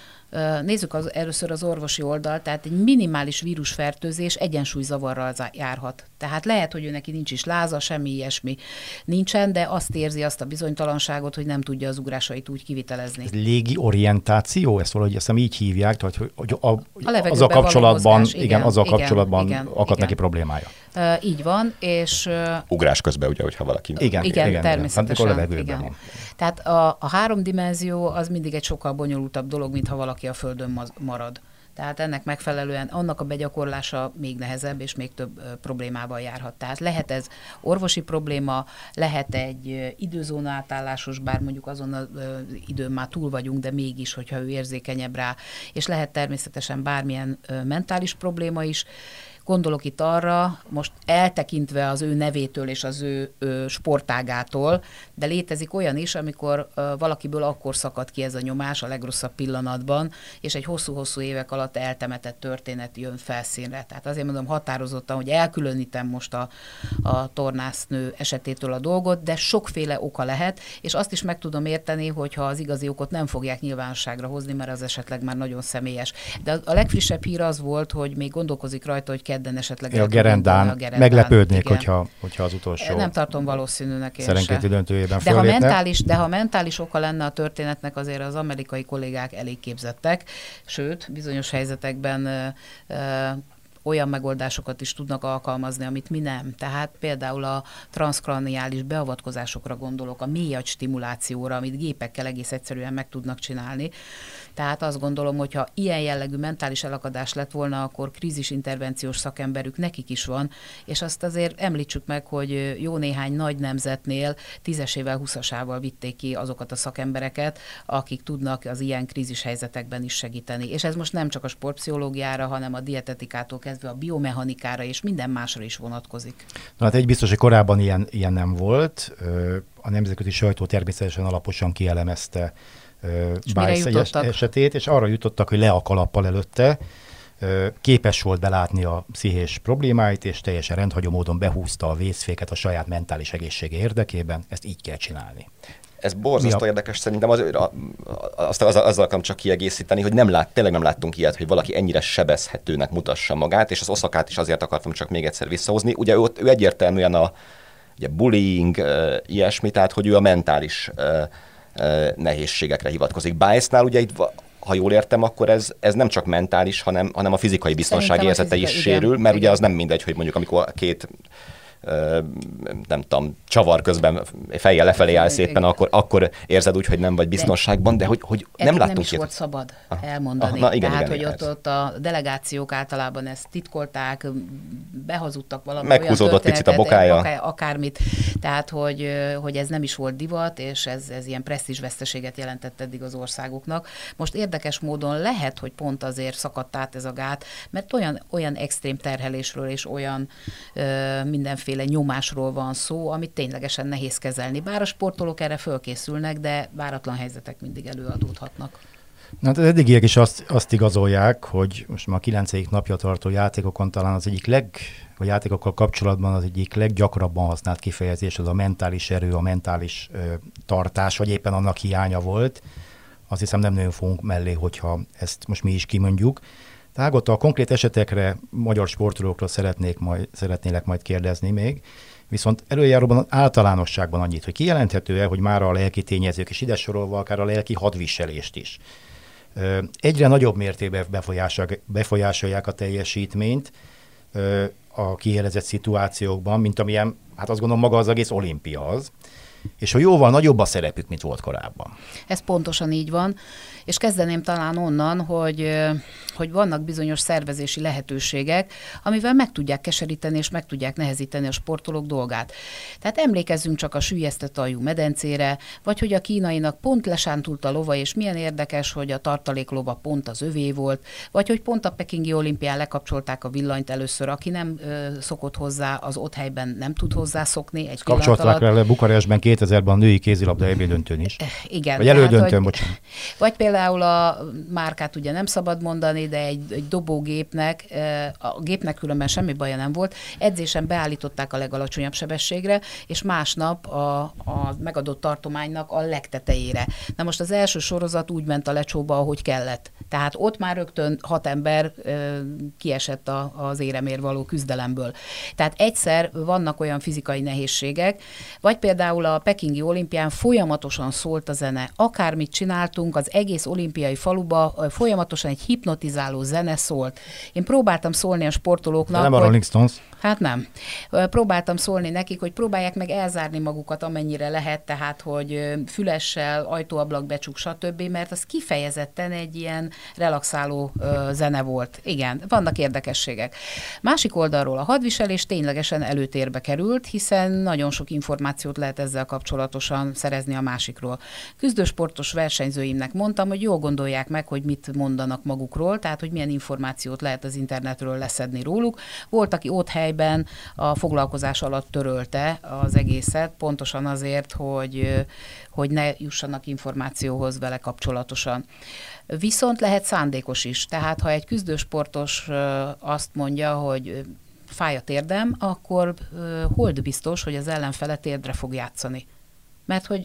nézzük az, először az orvosi oldalt, tehát egy minimális vírusfertőzés egyensúlyzavarral járhat. Tehát lehet, hogy ő neki nincs is láza, semmi ilyesmi nincsen, de azt érzi, azt a bizonytalanságot, hogy nem tudja az ugrásait úgy kivitelezni. Ez légi orientáció, ezt valahogy azt hiszem így hívják, tehát, hogy, hogy a, a az a kapcsolatban, mozgás, igen, igen, az a igen, kapcsolatban igen, akad igen. neki problémája. Uh, így van, és... Uh, Ugrás közben, ugye, hogyha valaki... Igen, igen, igen természetesen. Hát, igen. Van. Tehát a, a három dimenzió az mindig egy sokkal bonyolultabb dolog, mint ha valaki a földön marad. Tehát ennek megfelelően annak a begyakorlása még nehezebb és még több ö, problémával járhat. Tehát lehet ez orvosi probléma, lehet egy ö, időzóna átállásos, bár mondjuk azon az időn már túl vagyunk, de mégis, hogyha ő érzékenyebb rá, és lehet természetesen bármilyen ö, mentális probléma is. Gondolok itt arra, most eltekintve az ő nevétől és az ő, ő sportágától, de létezik olyan is, amikor ö, valakiből akkor szakad ki ez a nyomás a legrosszabb pillanatban, és egy hosszú-hosszú évek alatt eltemetett történet jön felszínre. Tehát azért mondom határozottan, hogy elkülönítem most a, a tornásznő esetétől a dolgot, de sokféle oka lehet, és azt is meg tudom érteni, hogyha az igazi okot nem fogják nyilvánosságra hozni, mert az esetleg már nagyon személyes. De a legfrissebb hír az volt, hogy még gondolkozik rajta, hogy kedden esetleg... A Gerendán, a Gerendán meglepődnék, hogyha, hogyha az utolsó... Nem tartom valószínűnek én szerenkéti döntőjében de ha, mentális, de ha mentális oka lenne a történetnek, azért az amerikai kollégák elég képzettek, sőt, bizonyos helyzetekben ö, ö, olyan megoldásokat is tudnak alkalmazni, amit mi nem. Tehát például a transzkraniális beavatkozásokra gondolok, a mélyagy stimulációra, amit gépekkel egész egyszerűen meg tudnak csinálni. Tehát azt gondolom, hogy ha ilyen jellegű mentális elakadás lett volna, akkor krízisintervenciós szakemberük nekik is van, és azt azért említsük meg, hogy jó néhány nagy nemzetnél tízesével, huszasával vitték ki azokat a szakembereket, akik tudnak az ilyen krízis helyzetekben is segíteni. És ez most nem csak a sportpszichológiára, hanem a dietetikától kezdve a biomechanikára és minden másra is vonatkozik. Na hát egy biztos, hogy korábban ilyen, ilyen nem volt. A nemzetközi sajtó természetesen alaposan kielemezte Bice esetét, és arra jutottak, hogy le a kalappal előtte, képes volt belátni a pszichés problémáit, és teljesen rendhagyó módon behúzta a vészféket a saját mentális egészsége érdekében. Ezt így kell csinálni. Ez borzasztó érdekes szerintem, az, azt azzal, azzal akarom csak kiegészíteni, hogy nem lát, tényleg nem láttunk ilyet, hogy valaki ennyire sebezhetőnek mutassa magát, és az Oszakát is azért akartam csak még egyszer visszahozni. Ugye ő, ő egyértelműen a ugye bullying, uh, ilyesmi, tehát hogy ő a mentális uh, uh, nehézségekre hivatkozik. Bice-nál ugye itt, ha jól értem, akkor ez, ez nem csak mentális, hanem, hanem a fizikai biztonsági érzete is igen, sérül, mert igen. Ugye az nem mindegy, hogy mondjuk amikor két nem tudom, csavar közben fejjel lefelé állsz éppen, akkor, akkor érzed úgy, hogy nem vagy biztonságban, de hogy, hogy nem láttunk... nem is volt szabad ah. elmondani. Ah, na, igen, Tehát, igen, hogy igen, ott, ott a delegációk általában ezt titkolták, behazudtak valami meghúzódott picit a bokája. bokája, akármit. Tehát, hogy, hogy ez nem is volt divat, és ez, ez ilyen presztízsveszteséget jelentett eddig az országoknak. Most érdekes módon lehet, hogy pont azért szakadt át ez a gát, mert olyan, olyan extrém terhelésről és olyan ö, mindenféle nyomásról van szó, amit ténylegesen nehéz kezelni. Bár a sportolók erre fölkészülnek, de váratlan helyzetek mindig előadódhatnak. Na, hát az eddigiek is azt, azt igazolják, hogy most már a kilencedik napja tartó játékokon talán az egyik leg, vagy játékokkal kapcsolatban az egyik leggyakrabban használt kifejezés az a mentális erő, a mentális ö, tartás, vagy éppen annak hiánya volt. Azt hiszem nem nagyon fogunk mellé, hogyha ezt most mi is kimondjuk. Tehát ott a konkrét esetekre magyar sportolókról szeretnék majd, szeretnélek majd kérdezni még, viszont előjáróban általánosságban annyit, hogy kijelenthető-e, hogy már a lelki tényezők is ide sorolva, akár a lelki hadviselést is. Egyre nagyobb mértékben befolyásolják a teljesítményt a kiélezett szituációkban, mint amilyen, hát azt gondolom maga az egész olimpia az, és hogy jóval nagyobb a szerepük, mint volt korábban. Ez pontosan így van, és kezdeném talán onnan, hogy, hogy vannak bizonyos szervezési lehetőségek, amivel meg tudják keseríteni és meg tudják nehezíteni a sportolók dolgát. Tehát emlékezzünk csak a süllyesztett aljú medencére, vagy hogy a kínainak pont lesántult a lova, és milyen érdekes, hogy a tartaléklova pont az övé volt, vagy hogy pont a pekingi olimpián lekapcsolták a villanyt először, aki nem ö, szokott hozzá, az ott helyben nem tud hozzászokni egy pillanat alatt. Kapcsolták le Bukarestben kétezerben a női kézilabda é bé döntőn is. Igen. Vagy elődöntőn, tehát, bocsánat. Vagy például a márkát ugye nem szabad mondani, de egy, egy dobógépnek, a gépnek különben semmi baja nem volt, edzésen beállították a legalacsonyabb sebességre, és másnap a, a megadott tartománynak a legtetejére. Na most az első sorozat úgy ment a lecsóba, ahogy kellett. Tehát ott már rögtön hat ember ö, kiesett a, az éremért való küzdelemből. Tehát egyszer vannak olyan fizikai nehézségek, vagy például a pekingi olimpián folyamatosan szólt a zene. Akármit csináltunk, az egész olimpiai faluba folyamatosan egy hipnotizáló zene szólt. Én próbáltam szólni a sportolóknak, de nem a Rolling Stones. Hát nem. Próbáltam szólni nekik, hogy próbálják meg elzárni magukat, amennyire lehet, tehát, hogy fülessel, ajtóablak becsuk, stb., mert az kifejezetten egy ilyen relaxáló zene volt. Igen, vannak érdekességek. Másik oldalról a hadviselés ténylegesen előtérbe került, hiszen nagyon sok információt lehet ezzel kapcsolatosan szerezni a másikról. Küzdősportos versenyzőimnek mondtam, hogy jól gondolják meg, hogy mit mondanak magukról, tehát, hogy milyen információt lehet az internetről leszedni róluk. Volt, aki ott hely a foglalkozás alatt törölte az egészet, pontosan azért, hogy, hogy ne jussanak információhoz vele kapcsolatosan. Viszont lehet szándékos is. Tehát, ha egy küzdősportos azt mondja, hogy fáj a térdem, akkor hold biztos, hogy az ellenfele térdre fog játszani. Mert hogy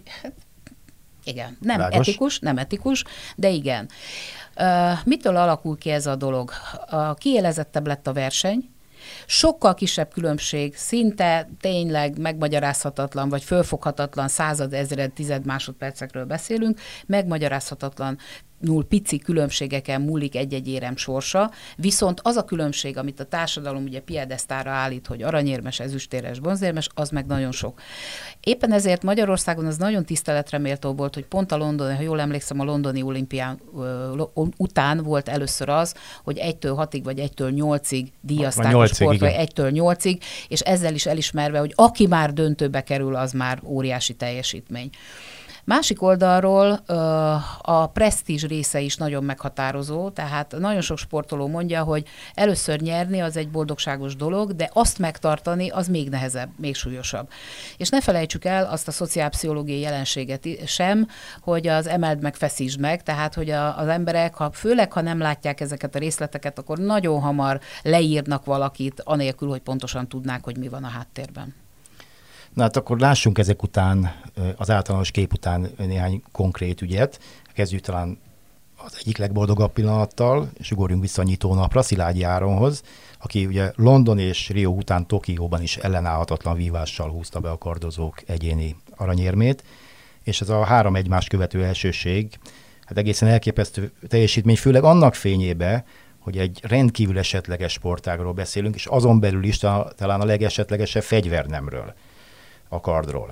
igen, nem Lágos. etikus, nem etikus, de igen. Mitől alakul ki ez a dolog? Kiélezettebb lett a verseny, sokkal kisebb különbség, szinte tényleg megmagyarázhatatlan, vagy fölfoghatatlan század, ezred, tized másodpercekről beszélünk, megmagyarázhatatlan null pici különbségeken múlik egy-egy érem sorsa, viszont az a különbség, amit a társadalom ugye piedesztára állít, hogy aranyérmes, ezüstérmes, bronzérmes, az meg nagyon sok. Éppen ezért Magyarországon az nagyon tiszteletre méltó volt, hogy pont a londoni, ha jól emlékszem, a londoni olimpián uh, után volt először az, hogy egytől hatig vagy egytől nyolcig díjazták a sport, vagy egytől nyolcig, és ezzel is elismerve, hogy aki már döntőbe kerül, az már óriási teljesítmény. Másik oldalról a presztízs része is nagyon meghatározó, tehát nagyon sok sportoló mondja, hogy először nyerni az egy boldogságos dolog, de azt megtartani az még nehezebb, még súlyosabb. És ne felejtsük el azt a szociálpszichológiai jelenséget sem, hogy az emeld meg, feszítsd meg, tehát hogy a, az emberek, ha, főleg ha nem látják ezeket a részleteket, akkor nagyon hamar leírnak valakit, anélkül, hogy pontosan tudnák, hogy mi van a háttérben. Na hát akkor lássunk ezek után, az általános kép után néhány konkrét ügyet. Kezdjük talán az egyik legboldogabb pillanattal, és ugorjunk vissza a nyitó napra, Szilágyi Áronhoz, aki ugye London és Rio után Tokióban is ellenállhatatlan vívással húzta be a kardozók egyéni aranyérmét, és ez a három egymást követő elsőség, hát egészen elképesztő teljesítmény, főleg annak fényébe, hogy egy rendkívül esetleges sportágról beszélünk, és azon belül is talán a legesetlegesebb fegyvernemről, a kardról.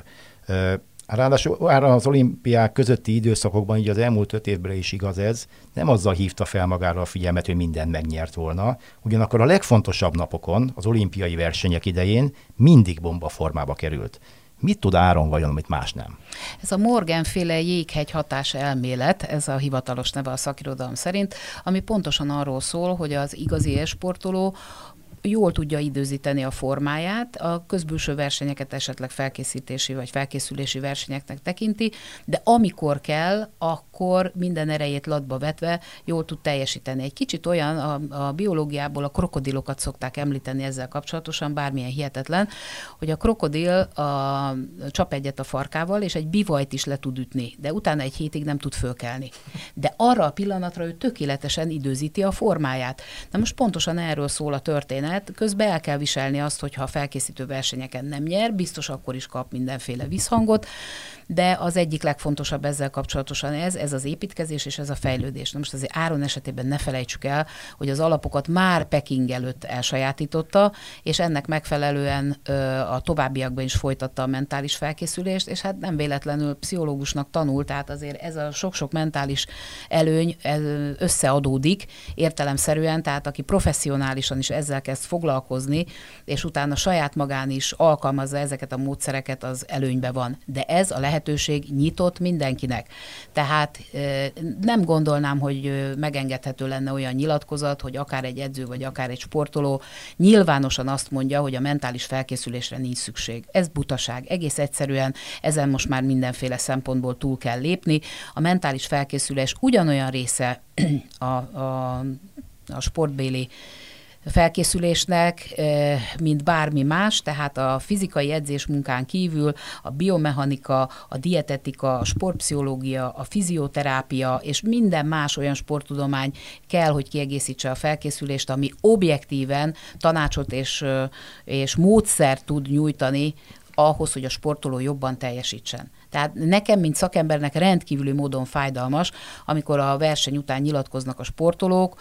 Ráadásul az olimpiák közötti időszakokban, így az elmúlt öt évben is igaz ez, nem azzal hívta fel magára a figyelmet, hogy mindent megnyert volna, ugyanakkor a legfontosabb napokon, az olimpiai versenyek idején mindig bomba formába került. Mit tud Áron vajon, amit más nem? Ez a Morgan-féle jéghegy hatás elmélet, ez a hivatalos neve a szakirodalom szerint, ami pontosan arról szól, hogy az igazi e-sportoló jól tudja időzíteni a formáját, a közbülső versenyeket esetleg felkészítési vagy felkészülési versenyeknek tekinti, de amikor kell, akkor minden erejét latba vetve jól tud teljesíteni. Egy kicsit olyan, a, a biológiából a krokodilokat szokták említeni ezzel kapcsolatosan, bármilyen hihetetlen, hogy a krokodil a, csap egyet a farkával, és egy bivajt is le tud ütni, de utána egy hétig nem tud fölkelni. De arra a pillanatra ő tökéletesen időzíti a formáját. Na most pontosan erről szól a történet. Közben el kell viselni azt, hogyha a felkészítő versenyeken nem nyer, biztos akkor is kap mindenféle visszhangot, de az egyik legfontosabb ezzel kapcsolatosan ez, ez az építkezés és ez a fejlődés. Na most azért Áron esetében ne felejtsük el, hogy az alapokat már Peking előtt elsajátította, és ennek megfelelően ö, a továbbiakban is folytatta a mentális felkészülést, és hát nem véletlenül pszichológusnak tanult, tehát azért ez a sok-sok mentális előny összeadódik értelemszerűen, tehát aki professzionálisan is ezzel kezd elkezd foglalkozni, és utána saját magán is alkalmazza ezeket a módszereket, az előnybe van. De ez a lehetőség nyitott mindenkinek. Tehát nem gondolnám, hogy megengedhető lenne olyan nyilatkozat, hogy akár egy edző, vagy akár egy sportoló nyilvánosan azt mondja, hogy a mentális felkészülésre nincs szükség. Ez butaság. Egész egyszerűen ezen most már mindenféle szempontból túl kell lépni. A mentális felkészülés ugyanolyan része a, a, a sportbéli felkészülésnek, mint bármi más, tehát a fizikai edzés munkán kívül a biomechanika, a dietetika, a sportpszichológia, a fizioterápia és minden más olyan sporttudomány kell, hogy kiegészítse a felkészülést, ami objektíven tanácsot és, és módszert tud nyújtani ahhoz, hogy a sportoló jobban teljesítsen. Tehát nekem, mint szakembernek rendkívüli módon fájdalmas, amikor a verseny után nyilatkoznak a sportolók,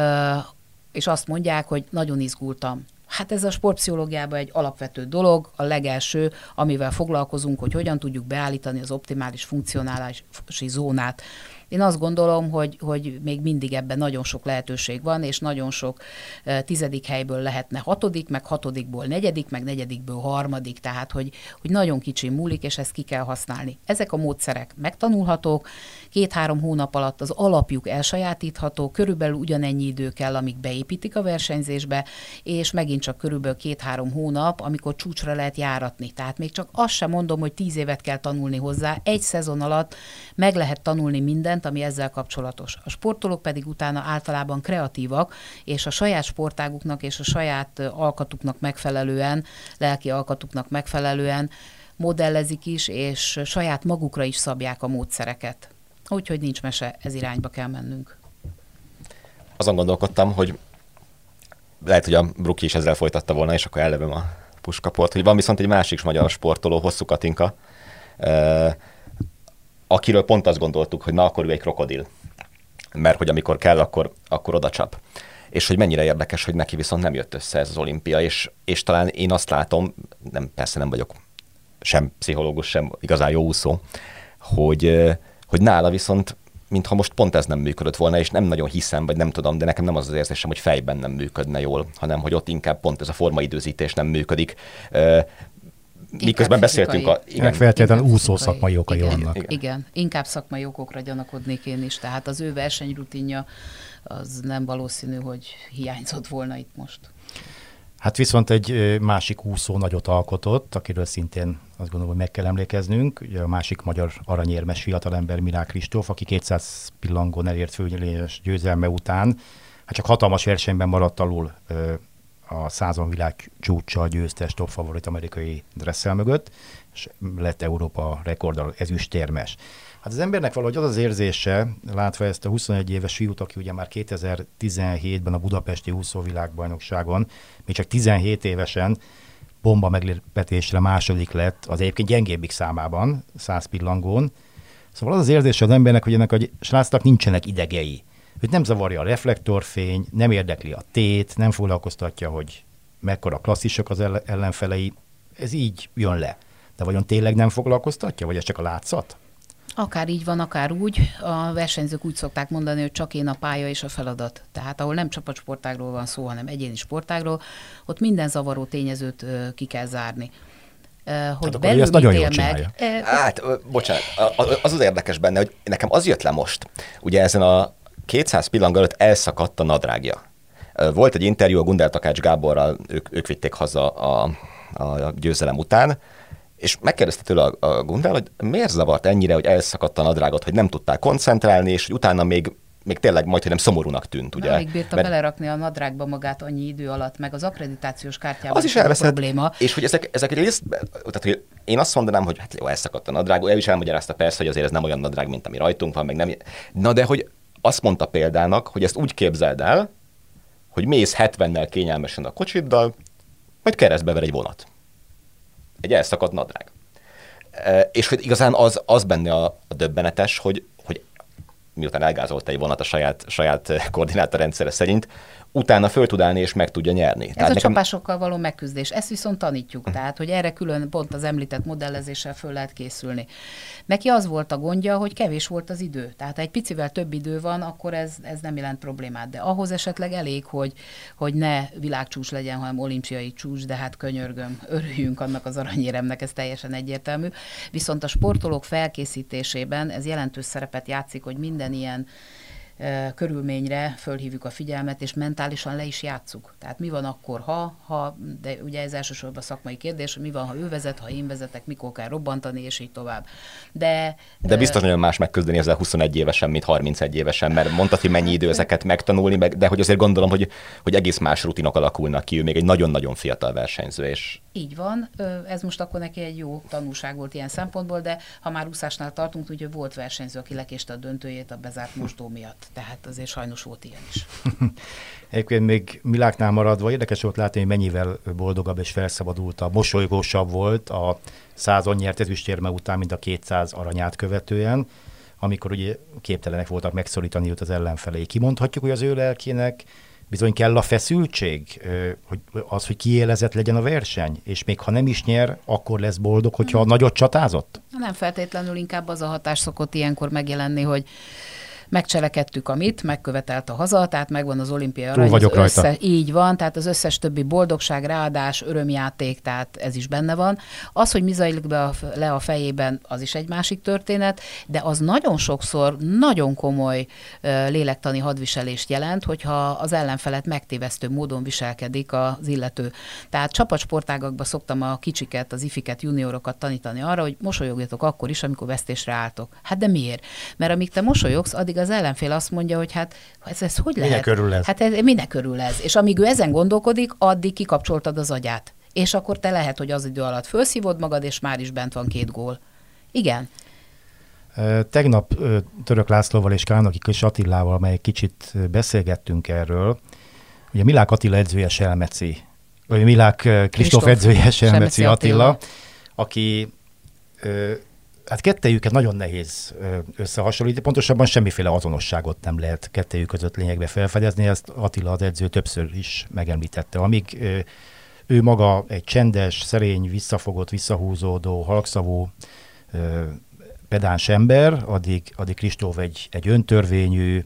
és azt mondják, hogy nagyon izgultam. Hát ez a sportpszichológiában egy alapvető dolog, a legelső, amivel foglalkozunk, hogy hogyan tudjuk beállítani az optimális funkcionálási zónát. Én azt gondolom, hogy, hogy még mindig ebben nagyon sok lehetőség van, és nagyon sok uh, tizedik helyből lehetne hatodik, meg hatodikból negyedik, meg negyedikből harmadik, tehát hogy, hogy nagyon kicsi múlik, és ezt ki kell használni. Ezek a módszerek megtanulhatók, két-három hónap alatt az alapjuk elsajátítható, körülbelül ugyanennyi idő kell, amíg beépítik a versenyzésbe, és megint csak körülbelül két-három hónap, amikor csúcsra lehet járatni. Tehát még csak azt sem mondom, hogy tíz évet kell tanulni hozzá, egy szezon alatt meg lehet tanulni mindent, ami ezzel kapcsolatos. A sportolók pedig utána általában kreatívak, és a saját sportáguknak és a saját alkatuknak megfelelően, lelki alkatuknak megfelelően modellezik is, és saját magukra is szabják a módszereket. Úgyhogy nincs mese, ez irányba kell mennünk. Azon gondolkodtam, hogy lehet, hogy a Bruki is ezzel folytatta volna, és akkor ellövöm a puskaport, hogy van viszont egy másik magyar sportoló, Hosszú Katinka, akiről pont azt gondoltuk, hogy na, akkor ő egy krokodil. Mert hogy amikor kell, akkor, akkor oda csap. És hogy mennyire érdekes, hogy neki viszont nem jött össze ez az olimpia, és, és talán én azt látom, nem, persze nem vagyok sem pszichológus, sem igazán jó úszó, hogy, hogy nála viszont, mintha most pont ez nem működött volna, és nem nagyon hiszem, vagy nem tudom, de nekem nem az az érzésem, hogy fejben nem működne jól, hanem hogy ott inkább pont ez a formaidőzítés nem működik. Miközben beszéltünk a... Igen, feltétlenül úszó szakmai okai igen, vannak. Igen. igen, inkább szakmai okokra gyanakodnék én is, tehát az ő versenyrutinja az nem valószínű, hogy hiányzott volna itt most. Hát viszont egy másik úszó nagyot alkotott, akiről szintén azt gondolom, hogy meg kell emlékeznünk. Ugye a másik magyar aranyérmes fiatalember Milák Kristóf, aki kétszáz pillangon elért főnyelés győzelme után, hát csak hatalmas versenyben maradt alul a százon világ csúccsal győztes top favorit amerikai dressel mögött, és lett Európa rekordal ezüstérmes. Hát az embernek valahogy az az érzése, látva ezt a huszonegy éves fiút, aki ugye már kétezer-tizenhétben a budapesti úszóvilágbajnokságon, még csak tizenhét évesen bomba meglepetésre második lett, az egyébként gyengébbik számában, száz pillangón. Szóval az az érzése az embernek, hogy ennek a srácnak nincsenek idegei. Őt nem zavarja a reflektorfény, nem érdekli a tét, nem foglalkoztatja, hogy mekkora klasszisok az ellenfelei. Ez így jön le. De vajon tényleg nem foglalkoztatja, vagy ez csak a látszat? Akár így van, akár úgy. A versenyzők úgy szokták mondani, hogy csak én a pálya és a feladat. Tehát ahol nem csapatsportágról van szó, hanem egyéni sportágról, ott minden zavaró tényezőt ö, ki kell zárni. Uh, hogy hát belül nagyon jól csinálja. Meg, hát, bocsánat, az az érdekes benne, hogy nekem az jött le most. Ugye ezen a kétszáz pillang előtt elszakadt a nadrágja. Volt egy interjú a Gundel Takács Gáborral, ők, ők vitték haza a, a győzelem után, és megkérdezte tőle a, a Gundel, hogy miért zavart ennyire, hogy elszakadt a nadrágot, hogy nem tudták koncentrálni, és hogy utána még, még tényleg majd, hogy nem szomorúnak tűnt. Ugye? Alig bírta Mert... belerakni a nadrágba magát annyi idő alatt, meg az akkreditációs kártyában az is elveszett, probléma. És hogy ezek, ezek részt, tehát hogy én azt mondanám, hogy hát jó, elszakadt a nadrág, ő is elmagyarázta persze, hogy azért ez nem olyan nadrág, mint ami rajtunk van, meg nem. Na de hogy azt mondta példának, hogy ezt úgy képzeld el, hogy mész hetvennel kényelmesen a kocsiddal, majd keresztbe ver egy vonat. Egy elszakadt nadrág. E, és hogy igazán az, az benne a, a döbbenetes, hogy, hogy miután elgázolta egy vonat a saját, saját koordinátorrendszere szerint, utána föl tud állni és meg tudja nyerni. Ez Tehát a nekem... csapásokkal való megküzdés. Ezt viszont tanítjuk, tehát, hogy erre külön pont az említett modellezéssel föl lehet készülni. Neki az volt a gondja, hogy kevés volt az idő. Tehát ha egy picivel több idő van, akkor ez, ez nem jelent problémát. De ahhoz esetleg elég, hogy, hogy ne világcsúcs legyen, hanem olimpiai csúcs, de hát könyörgöm, örüljünk annak az aranyéremnek, ez teljesen egyértelmű. Viszont a sportolók felkészítésében ez jelentős szerepet játszik, hogy minden ilyen körülményre fölhívjuk a figyelmet, és mentálisan le is játsszuk. Tehát mi van akkor, ha, ha, de ugye ez elsősorban szakmai kérdés, hogy mi van, ha ő vezet, ha én vezetek, mikor kell robbantani, és így tovább. De, de biztos nagyon más megküzdeni ezzel huszonegy évesen, mint harmincegy évesen, mert mondtad, hogy mennyi idő ezeket megtanulni, meg, de hogy azért gondolom, hogy, hogy egész más rutinok alakulnak ki, ő még egy nagyon-nagyon fiatal versenyző, és így van, ez most akkor neki egy jó tanulság volt ilyen szempontból, de ha már úszásnál tartunk, ugye volt versenyző, aki lekéste a döntőjét a bezárt mosdó miatt, tehát azért sajnos volt ilyen is. Egyébként még Miláknál maradva érdekes volt látni, hogy mennyivel boldogabb és felszabadultabb, mosolygósabb volt a százon nyert ezüstérme után, mint a kétszáz aranyát követően, amikor ugye képtelenek voltak megszorítani őt az ellenfelé. Kimondhatjuk, hogy az ő lelkének bizony kell a feszültség, hogy az, hogy kiélezett legyen a verseny, és még ha nem is nyer, akkor lesz boldog, hogyha hmm. nagyot csatázott? Nem feltétlenül, inkább az a hatás szokott ilyenkor megjelenni, hogy megcselekedtük amit, megkövetelt a haza, tehát megvan az olimpiai arany. Túl vagyok rajta. Össze, így van, tehát az összes többi boldogság, ráadás, örömjáték, tehát ez is benne van. Az, hogy mi zajlik be a, le a fejében, az is egy másik történet, de az nagyon sokszor nagyon komoly uh, lélektani hadviselést jelent, hogyha az ellenfelet megtévesztő módon viselkedik az illető. Tehát csapatsportágakban szoktam a kicsiket, az ifiket, juniorokat tanítani arra, hogy mosolyogjatok akkor is, amikor vesztésre álltok. Hát de miért? Mert amíg te mosolyogsz, addig az ellenfél azt mondja, hogy hát ez, ez hogy lehet? Minek örül ez? Hát ez, minek örül ez? És amíg ő ezen gondolkodik, addig kikapcsoltad az agyát. És akkor te lehet, hogy az idő alatt felszívod magad, és már is bent van két gól. Igen. Tegnap Török Lászlóval és Kálnoki Kis Attilával, amely kicsit beszélgettünk erről, ugye Milák Attila edzője Selmeci, vagy Milák Kristóf edzője Selmeci Attila, Attila, aki hát kettejüket nagyon nehéz összehasonlítani, pontosabban semmiféle azonosságot nem lehet kettejük között lényegbe felfedezni, ezt Attila az edző többször is megemlítette. Amíg ő maga egy csendes, szerény, visszafogott, visszahúzódó, halkszavú, pedáns ember, addig, addig Kristóf egy, egy öntörvényű,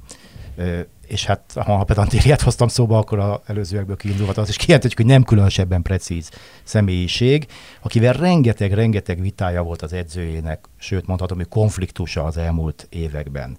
és hát ha pedantériát hoztam szóba, akkor az előzőekből kiindulhat az, és kijelenthetjük, hogy nem különösebben precíz személyiség, akivel rengeteg-rengeteg vitája volt az edzőjének, sőt mondhatom, hogy konfliktusa az elmúlt években.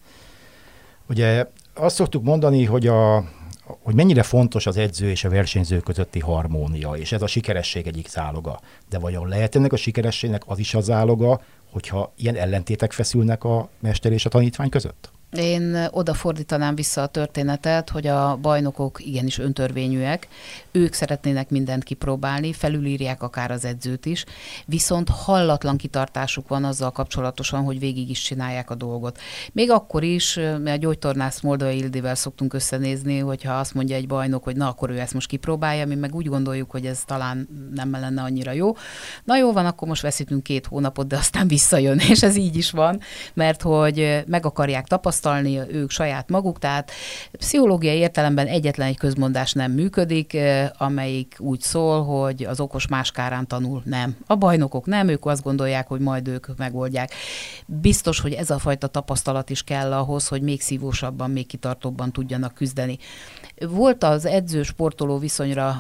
Ugye azt szoktuk mondani, hogy, a, hogy mennyire fontos az edző és a versenyző közötti harmónia, és ez a sikeresség egyik záloga. De vajon lehet ennek a sikerességnek az is a záloga, hogyha ilyen ellentétek feszülnek a mester és a tanítvány között? Én oda fordítanám vissza a történetet, hogy a bajnokok igenis öntörvényűek, ők szeretnének mindent kipróbálni, felülírják akár az edzőt is, viszont hallatlan kitartásuk van azzal kapcsolatosan, hogy végig is csinálják a dolgot. Még akkor is, mert a gyógytornász Moldvai Ildivel szoktunk összenézni, hogyha azt mondja egy bajnok, hogy na, akkor ő ezt most kipróbálja, mi meg úgy gondoljuk, hogy ez talán nem lenne annyira jó. Na jó van, akkor most veszítünk két hónapot, de aztán visszajön, és ez így is van, mert hogy meg akarják tapasztalni, ők saját maguk, tehát pszichológiai értelemben egyetlen egy közmondás nem működik, amelyik úgy szól, hogy az okos más kárán tanul. Nem. A bajnokok nem, ők azt gondolják, hogy majd ők megoldják. Biztos, hogy ez a fajta tapasztalat is kell ahhoz, hogy még szívósabban, még kitartóbban tudjanak küzdeni. Volt az edző-sportoló viszonyra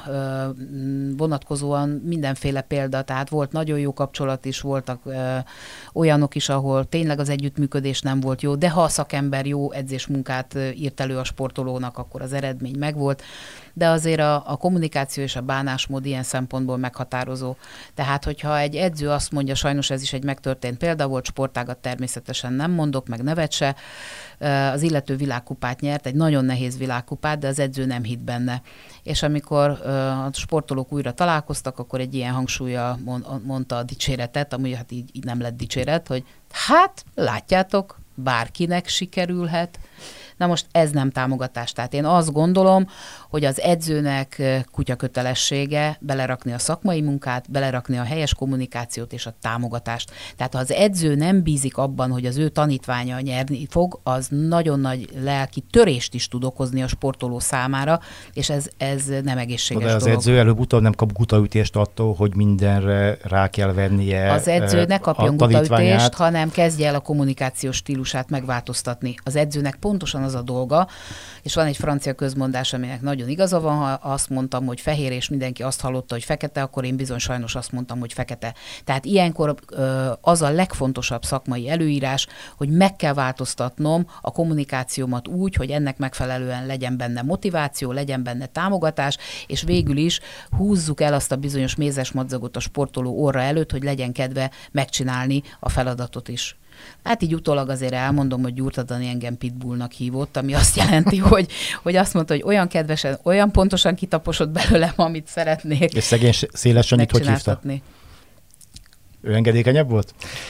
vonatkozóan mindenféle példa, tehát volt nagyon jó kapcsolat is, voltak olyanok is, ahol tényleg az együttműködés nem volt jó, de ha a szakember jó edzésmunkát írt elő a sportolónak, akkor az eredmény megvolt, de azért a, a kommunikáció és a bánásmód ilyen szempontból meghatározó. Tehát, hogyha egy edző azt mondja, sajnos ez is egy megtörtént példa volt, sportágat természetesen nem mondok, meg nevet se, az illető világkupát nyert, egy nagyon nehéz világkupát, de az edző nem hitt benne. És amikor a sportolók újra találkoztak, akkor egy ilyen hangsúlya mondta a dicséretet, amúgy hát így, így nem lett dicséret, hogy hát látjátok, bárkinek sikerülhet, Na most ez nem támogatás. Tehát én azt gondolom, hogy az edzőnek kutyakötelessége belerakni a szakmai munkát, belerakni a helyes kommunikációt és a támogatást. Tehát ha az edző nem bízik abban, hogy az ő tanítványa nyerni fog, az nagyon nagy lelki törést is tud okozni a sportoló számára, és ez, ez nem egészséges de az dolog. edző előbb-utóbb nem kap gutaütést attól, hogy mindenre rá kell vennie az edző ne kapjon a gutaütést, hanem kezdje el a kommunikációs stílusát megváltoztatni. Az edzőnek pontosan az a dolga, és van egy francia közmondás, aminek nagyon igaza van, ha azt mondtam, hogy fehér, és mindenki azt hallotta, hogy fekete, akkor én bizony sajnos azt mondtam, hogy fekete. Tehát ilyenkor az a legfontosabb szakmai előírás, hogy meg kell változtatnom a kommunikációmat úgy, hogy ennek megfelelően legyen benne motiváció, legyen benne támogatás, és végül is húzzuk el azt a bizonyos mézes madzagot a sportoló orra előtt, hogy legyen kedve megcsinálni a feladatot is. Hát így utólag azért elmondom, hogy Gyurta Dani engem pitbullnak hívott, ami azt jelenti, hogy, hogy azt mondta, hogy olyan kedvesen, olyan pontosan kitaposott belőlem, amit szeretnék. És szegény Széles Sanyit hogy hívta? Ő engedékenyebb volt?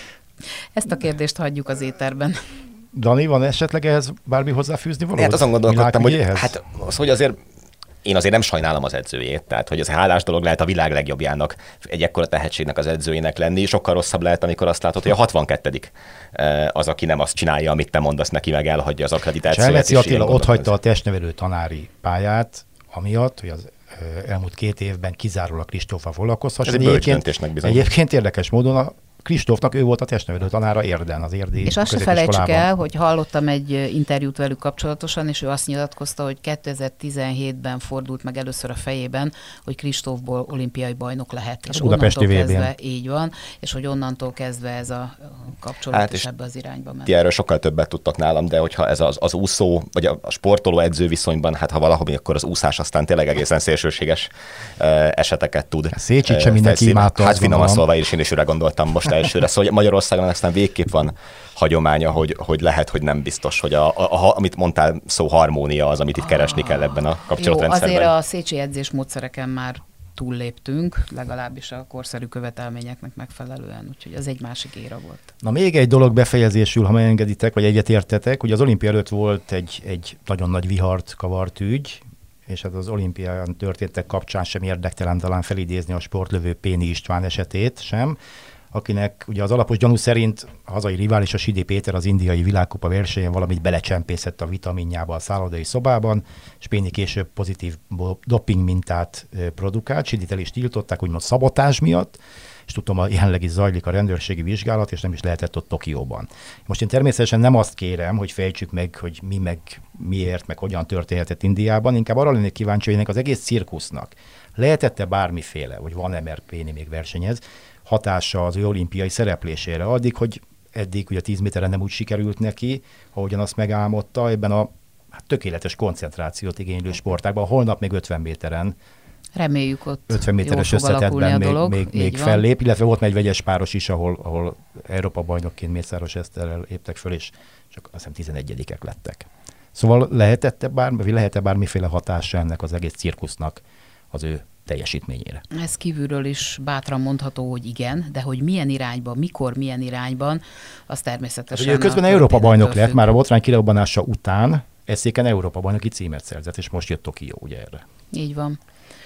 Ezt a kérdést hagyjuk az éterben. Dani, van esetleg ehhez bármi hozzáfűzni való? Hát azon gondolkodtam, hogy, hát, az, hogy azért én azért nem sajnálom az edzőjét, tehát hogy az hálás dolog lehet a világ legjobbjának, egy ekkora tehetségnek az edzőjének lenni, sokkal rosszabb lehet, amikor azt látod, hogy a hatvankettedik az, aki nem azt csinálja, amit te mondasz neki, meg elhagyja az akkreditációt. Selmeci Attila ott hagyta a testnevelő tanári pályát, amiatt, hogy az elmúlt két évben kizárólag Kristóffal foglalkozhasson. Ez egy bölcs döntésnek bizony. Egyébként érdekes módon a Kristófnak ő volt a testnevelő tanára Érden, az érdi És azt se felejtsük el, hogy hallottam egy interjút velük kapcsolatosan, és ő azt nyilatkozta, hogy kétezer-tizenhétben fordult meg először a fejében, hogy Kristófból olimpiai bajnok lehet. És onnantól kezdve így van, és hogy onnantól kezdve ez a kapcsolat hát is ebbe az irányba ment. Ti erről sokkal többet tudtak nálam, de hogyha ez az, az úszó, vagy a, a sportoló edző viszonyban, hát ha valahogy, akkor az úszás aztán tényleg egészen szélsőséges uh, eseteket tud. Szécsit sem mindenki imádta. Hát finoman szólva is én is őre gondoltam most elsőre. Szóval Magyarországon aztán végképp van hagyománya, hogy, hogy lehet, hogy nem biztos, hogy a, a, a, amit mondtál, szó harmónia az, amit itt keresni kell ebben a kapcsolatrendszerben. Jó, azért a szécsi edzésmódszereken már túlléptünk, legalábbis a korszerű követelményeknek megfelelően, úgyhogy az egy másik éra volt. Na még egy dolog befejezésül, ha megengeditek, vagy egyetértetek, hogy az olimpia előtt volt egy, egy nagyon nagy vihart kavart ügy, és hát az olimpián történtek kapcsán sem érdektelen talán felidézni a sportlövő Péni István esetét sem, akinek ugye az alapos gyanú szerint a hazai rivális a Sidi Péter az indiai világkupa versenyen valamit belecsempészett a vitaminjába a szállodai szobában, és Péni később pozitív doping mintát produkált, Sidit el is tiltották, úgymond szabotás miatt, és tudom, hogy jelenleg is zajlik a rendőrségi vizsgálat, és nem is lehetett ott Tokióban. Most én természetesen nem azt kérem, hogy fejtsük meg, hogy mi meg miért, meg hogyan történhetett Indiában, inkább arra lennék kíváncsi, hogy ennek az egész cirkusznak lehetette bármiféle, vagy van-e, mert Péni még versenyez, hatása az ő olimpiai szereplésére, addig, hogy eddig ugye a tíz méteren nem úgy sikerült neki, ahogyan azt megálmodta, ebben a hát, tökéletes koncentrációt igénylő sportágban, holnap még ötven méteren. Reméljük ott ötven méteres összetettben még, még, még fellép, illetve volt egy vegyes páros is, ahol, ahol Európa bajnokként Mészáros Eszterrel léptek föl, és csak azt hiszem tizenegyedikek lettek. Szóval lehetett-e bármi, lehet-e bármiféle hatása ennek az egész cirkusznak az ő teljesítményére? Ez kívülről is bátran mondható, hogy igen, de hogy milyen irányban, mikor, milyen irányban, az természetesen... Hát, közben Európa bajnok lett, már a botrány kirobbanása után eszéken Európa bajnoki címet szerzett, és most jött Tokió ugye erre. Így van.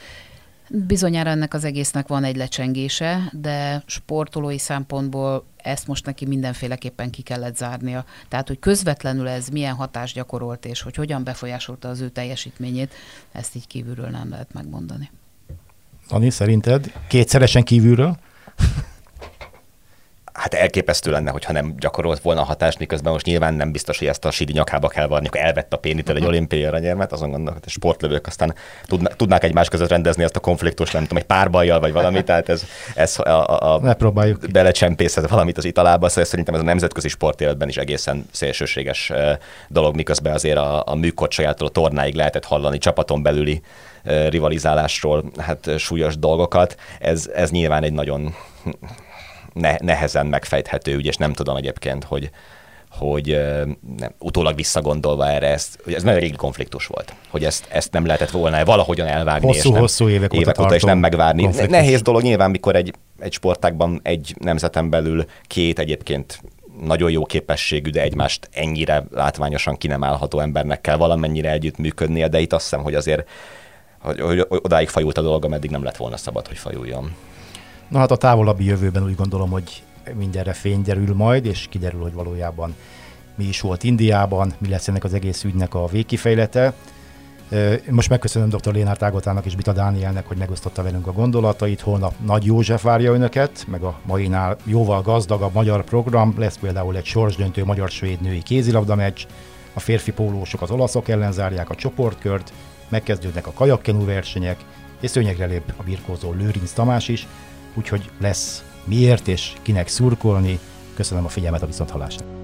Bizonyára ennek az egésznek van egy lecsengése, de sportolói szempontból ezt most neki mindenféleképpen ki kellett zárnia. Tehát, hogy közvetlenül ez milyen hatást gyakorolt, és hogy hogyan befolyásolta az ő teljesítményét, ezt így kívülről nem lehet megmondani. Ani, szerinted kétszeresen kívülről? Hát elképesztő lenne, hogyha nem gyakorolt volna hatást, miközben most nyilván nem biztos, hogy ezt a Sidi nyakába kell varni, akkor elvett a Pénitől egy olimpiai aranyérmet, azon gondolok, hogy a sportlövők aztán tudnak, tudnák egymás között rendezni ezt a konfliktust, nem tudom, egy párbajjal vagy valami, tehát ez, ez a, a, a ne próbáljuk. Belecsempészhet valamit az italába, szóval szerintem ez a nemzetközi sportéletben is egészen szélsőséges dolog, miközben azért a, a műkorcsolyától a tornáig lehetett hallani csapaton belüli rivalizálásról, hát súlyos dolgokat. Ez, ez nyilván egy nagyon ne, nehezen megfejthető ügy, és nem tudom egyébként, hogy, hogy nem, utólag visszagondolva erre, ezt, hogy ez nagyon régi konfliktus volt, hogy ezt, ezt nem lehetett volna valahogyan elvágni, hosszú, és nem, hosszú évek, évek óta, és nem megvárni. Konfliktus. Nehéz dolog nyilván, mikor egy, egy sportágban egy nemzeten belül két egyébként nagyon jó képességű, de egymást ennyire látványosan ki nem állható embernek kell valamennyire együttműködnie, de itt azt hiszem, hogy azért hogy, hogy odáig fajult a dolog, ameddig nem lett volna szabad, hogy fajuljon. Na hát a távolabbi jövőben úgy gondolom, hogy mindenre fény derül majd, és kiderül, hogy valójában mi is volt Indiában, mi lesz ennek az egész ügynek a végkifejlete. Most megköszönöm dr. Lénárd Ágotának és Bita Dánielnek, hogy megosztotta velünk a gondolatait. Holnap Nagy József várja önöket, meg a mainál jóval gazdagabb magyar program. Lesz például egy sorsdöntő magyar-svéd női kézilabda meccs, a férfi pólósok az olaszok ellen zárják a csoportkört, megkezdődnek a kajakkenu versenyek, és szőnyegre lép a birkózó Lőrinc Tamás is, úgyhogy lesz miért és kinek szurkolni. Köszönöm a figyelmet, a viszonthallásra.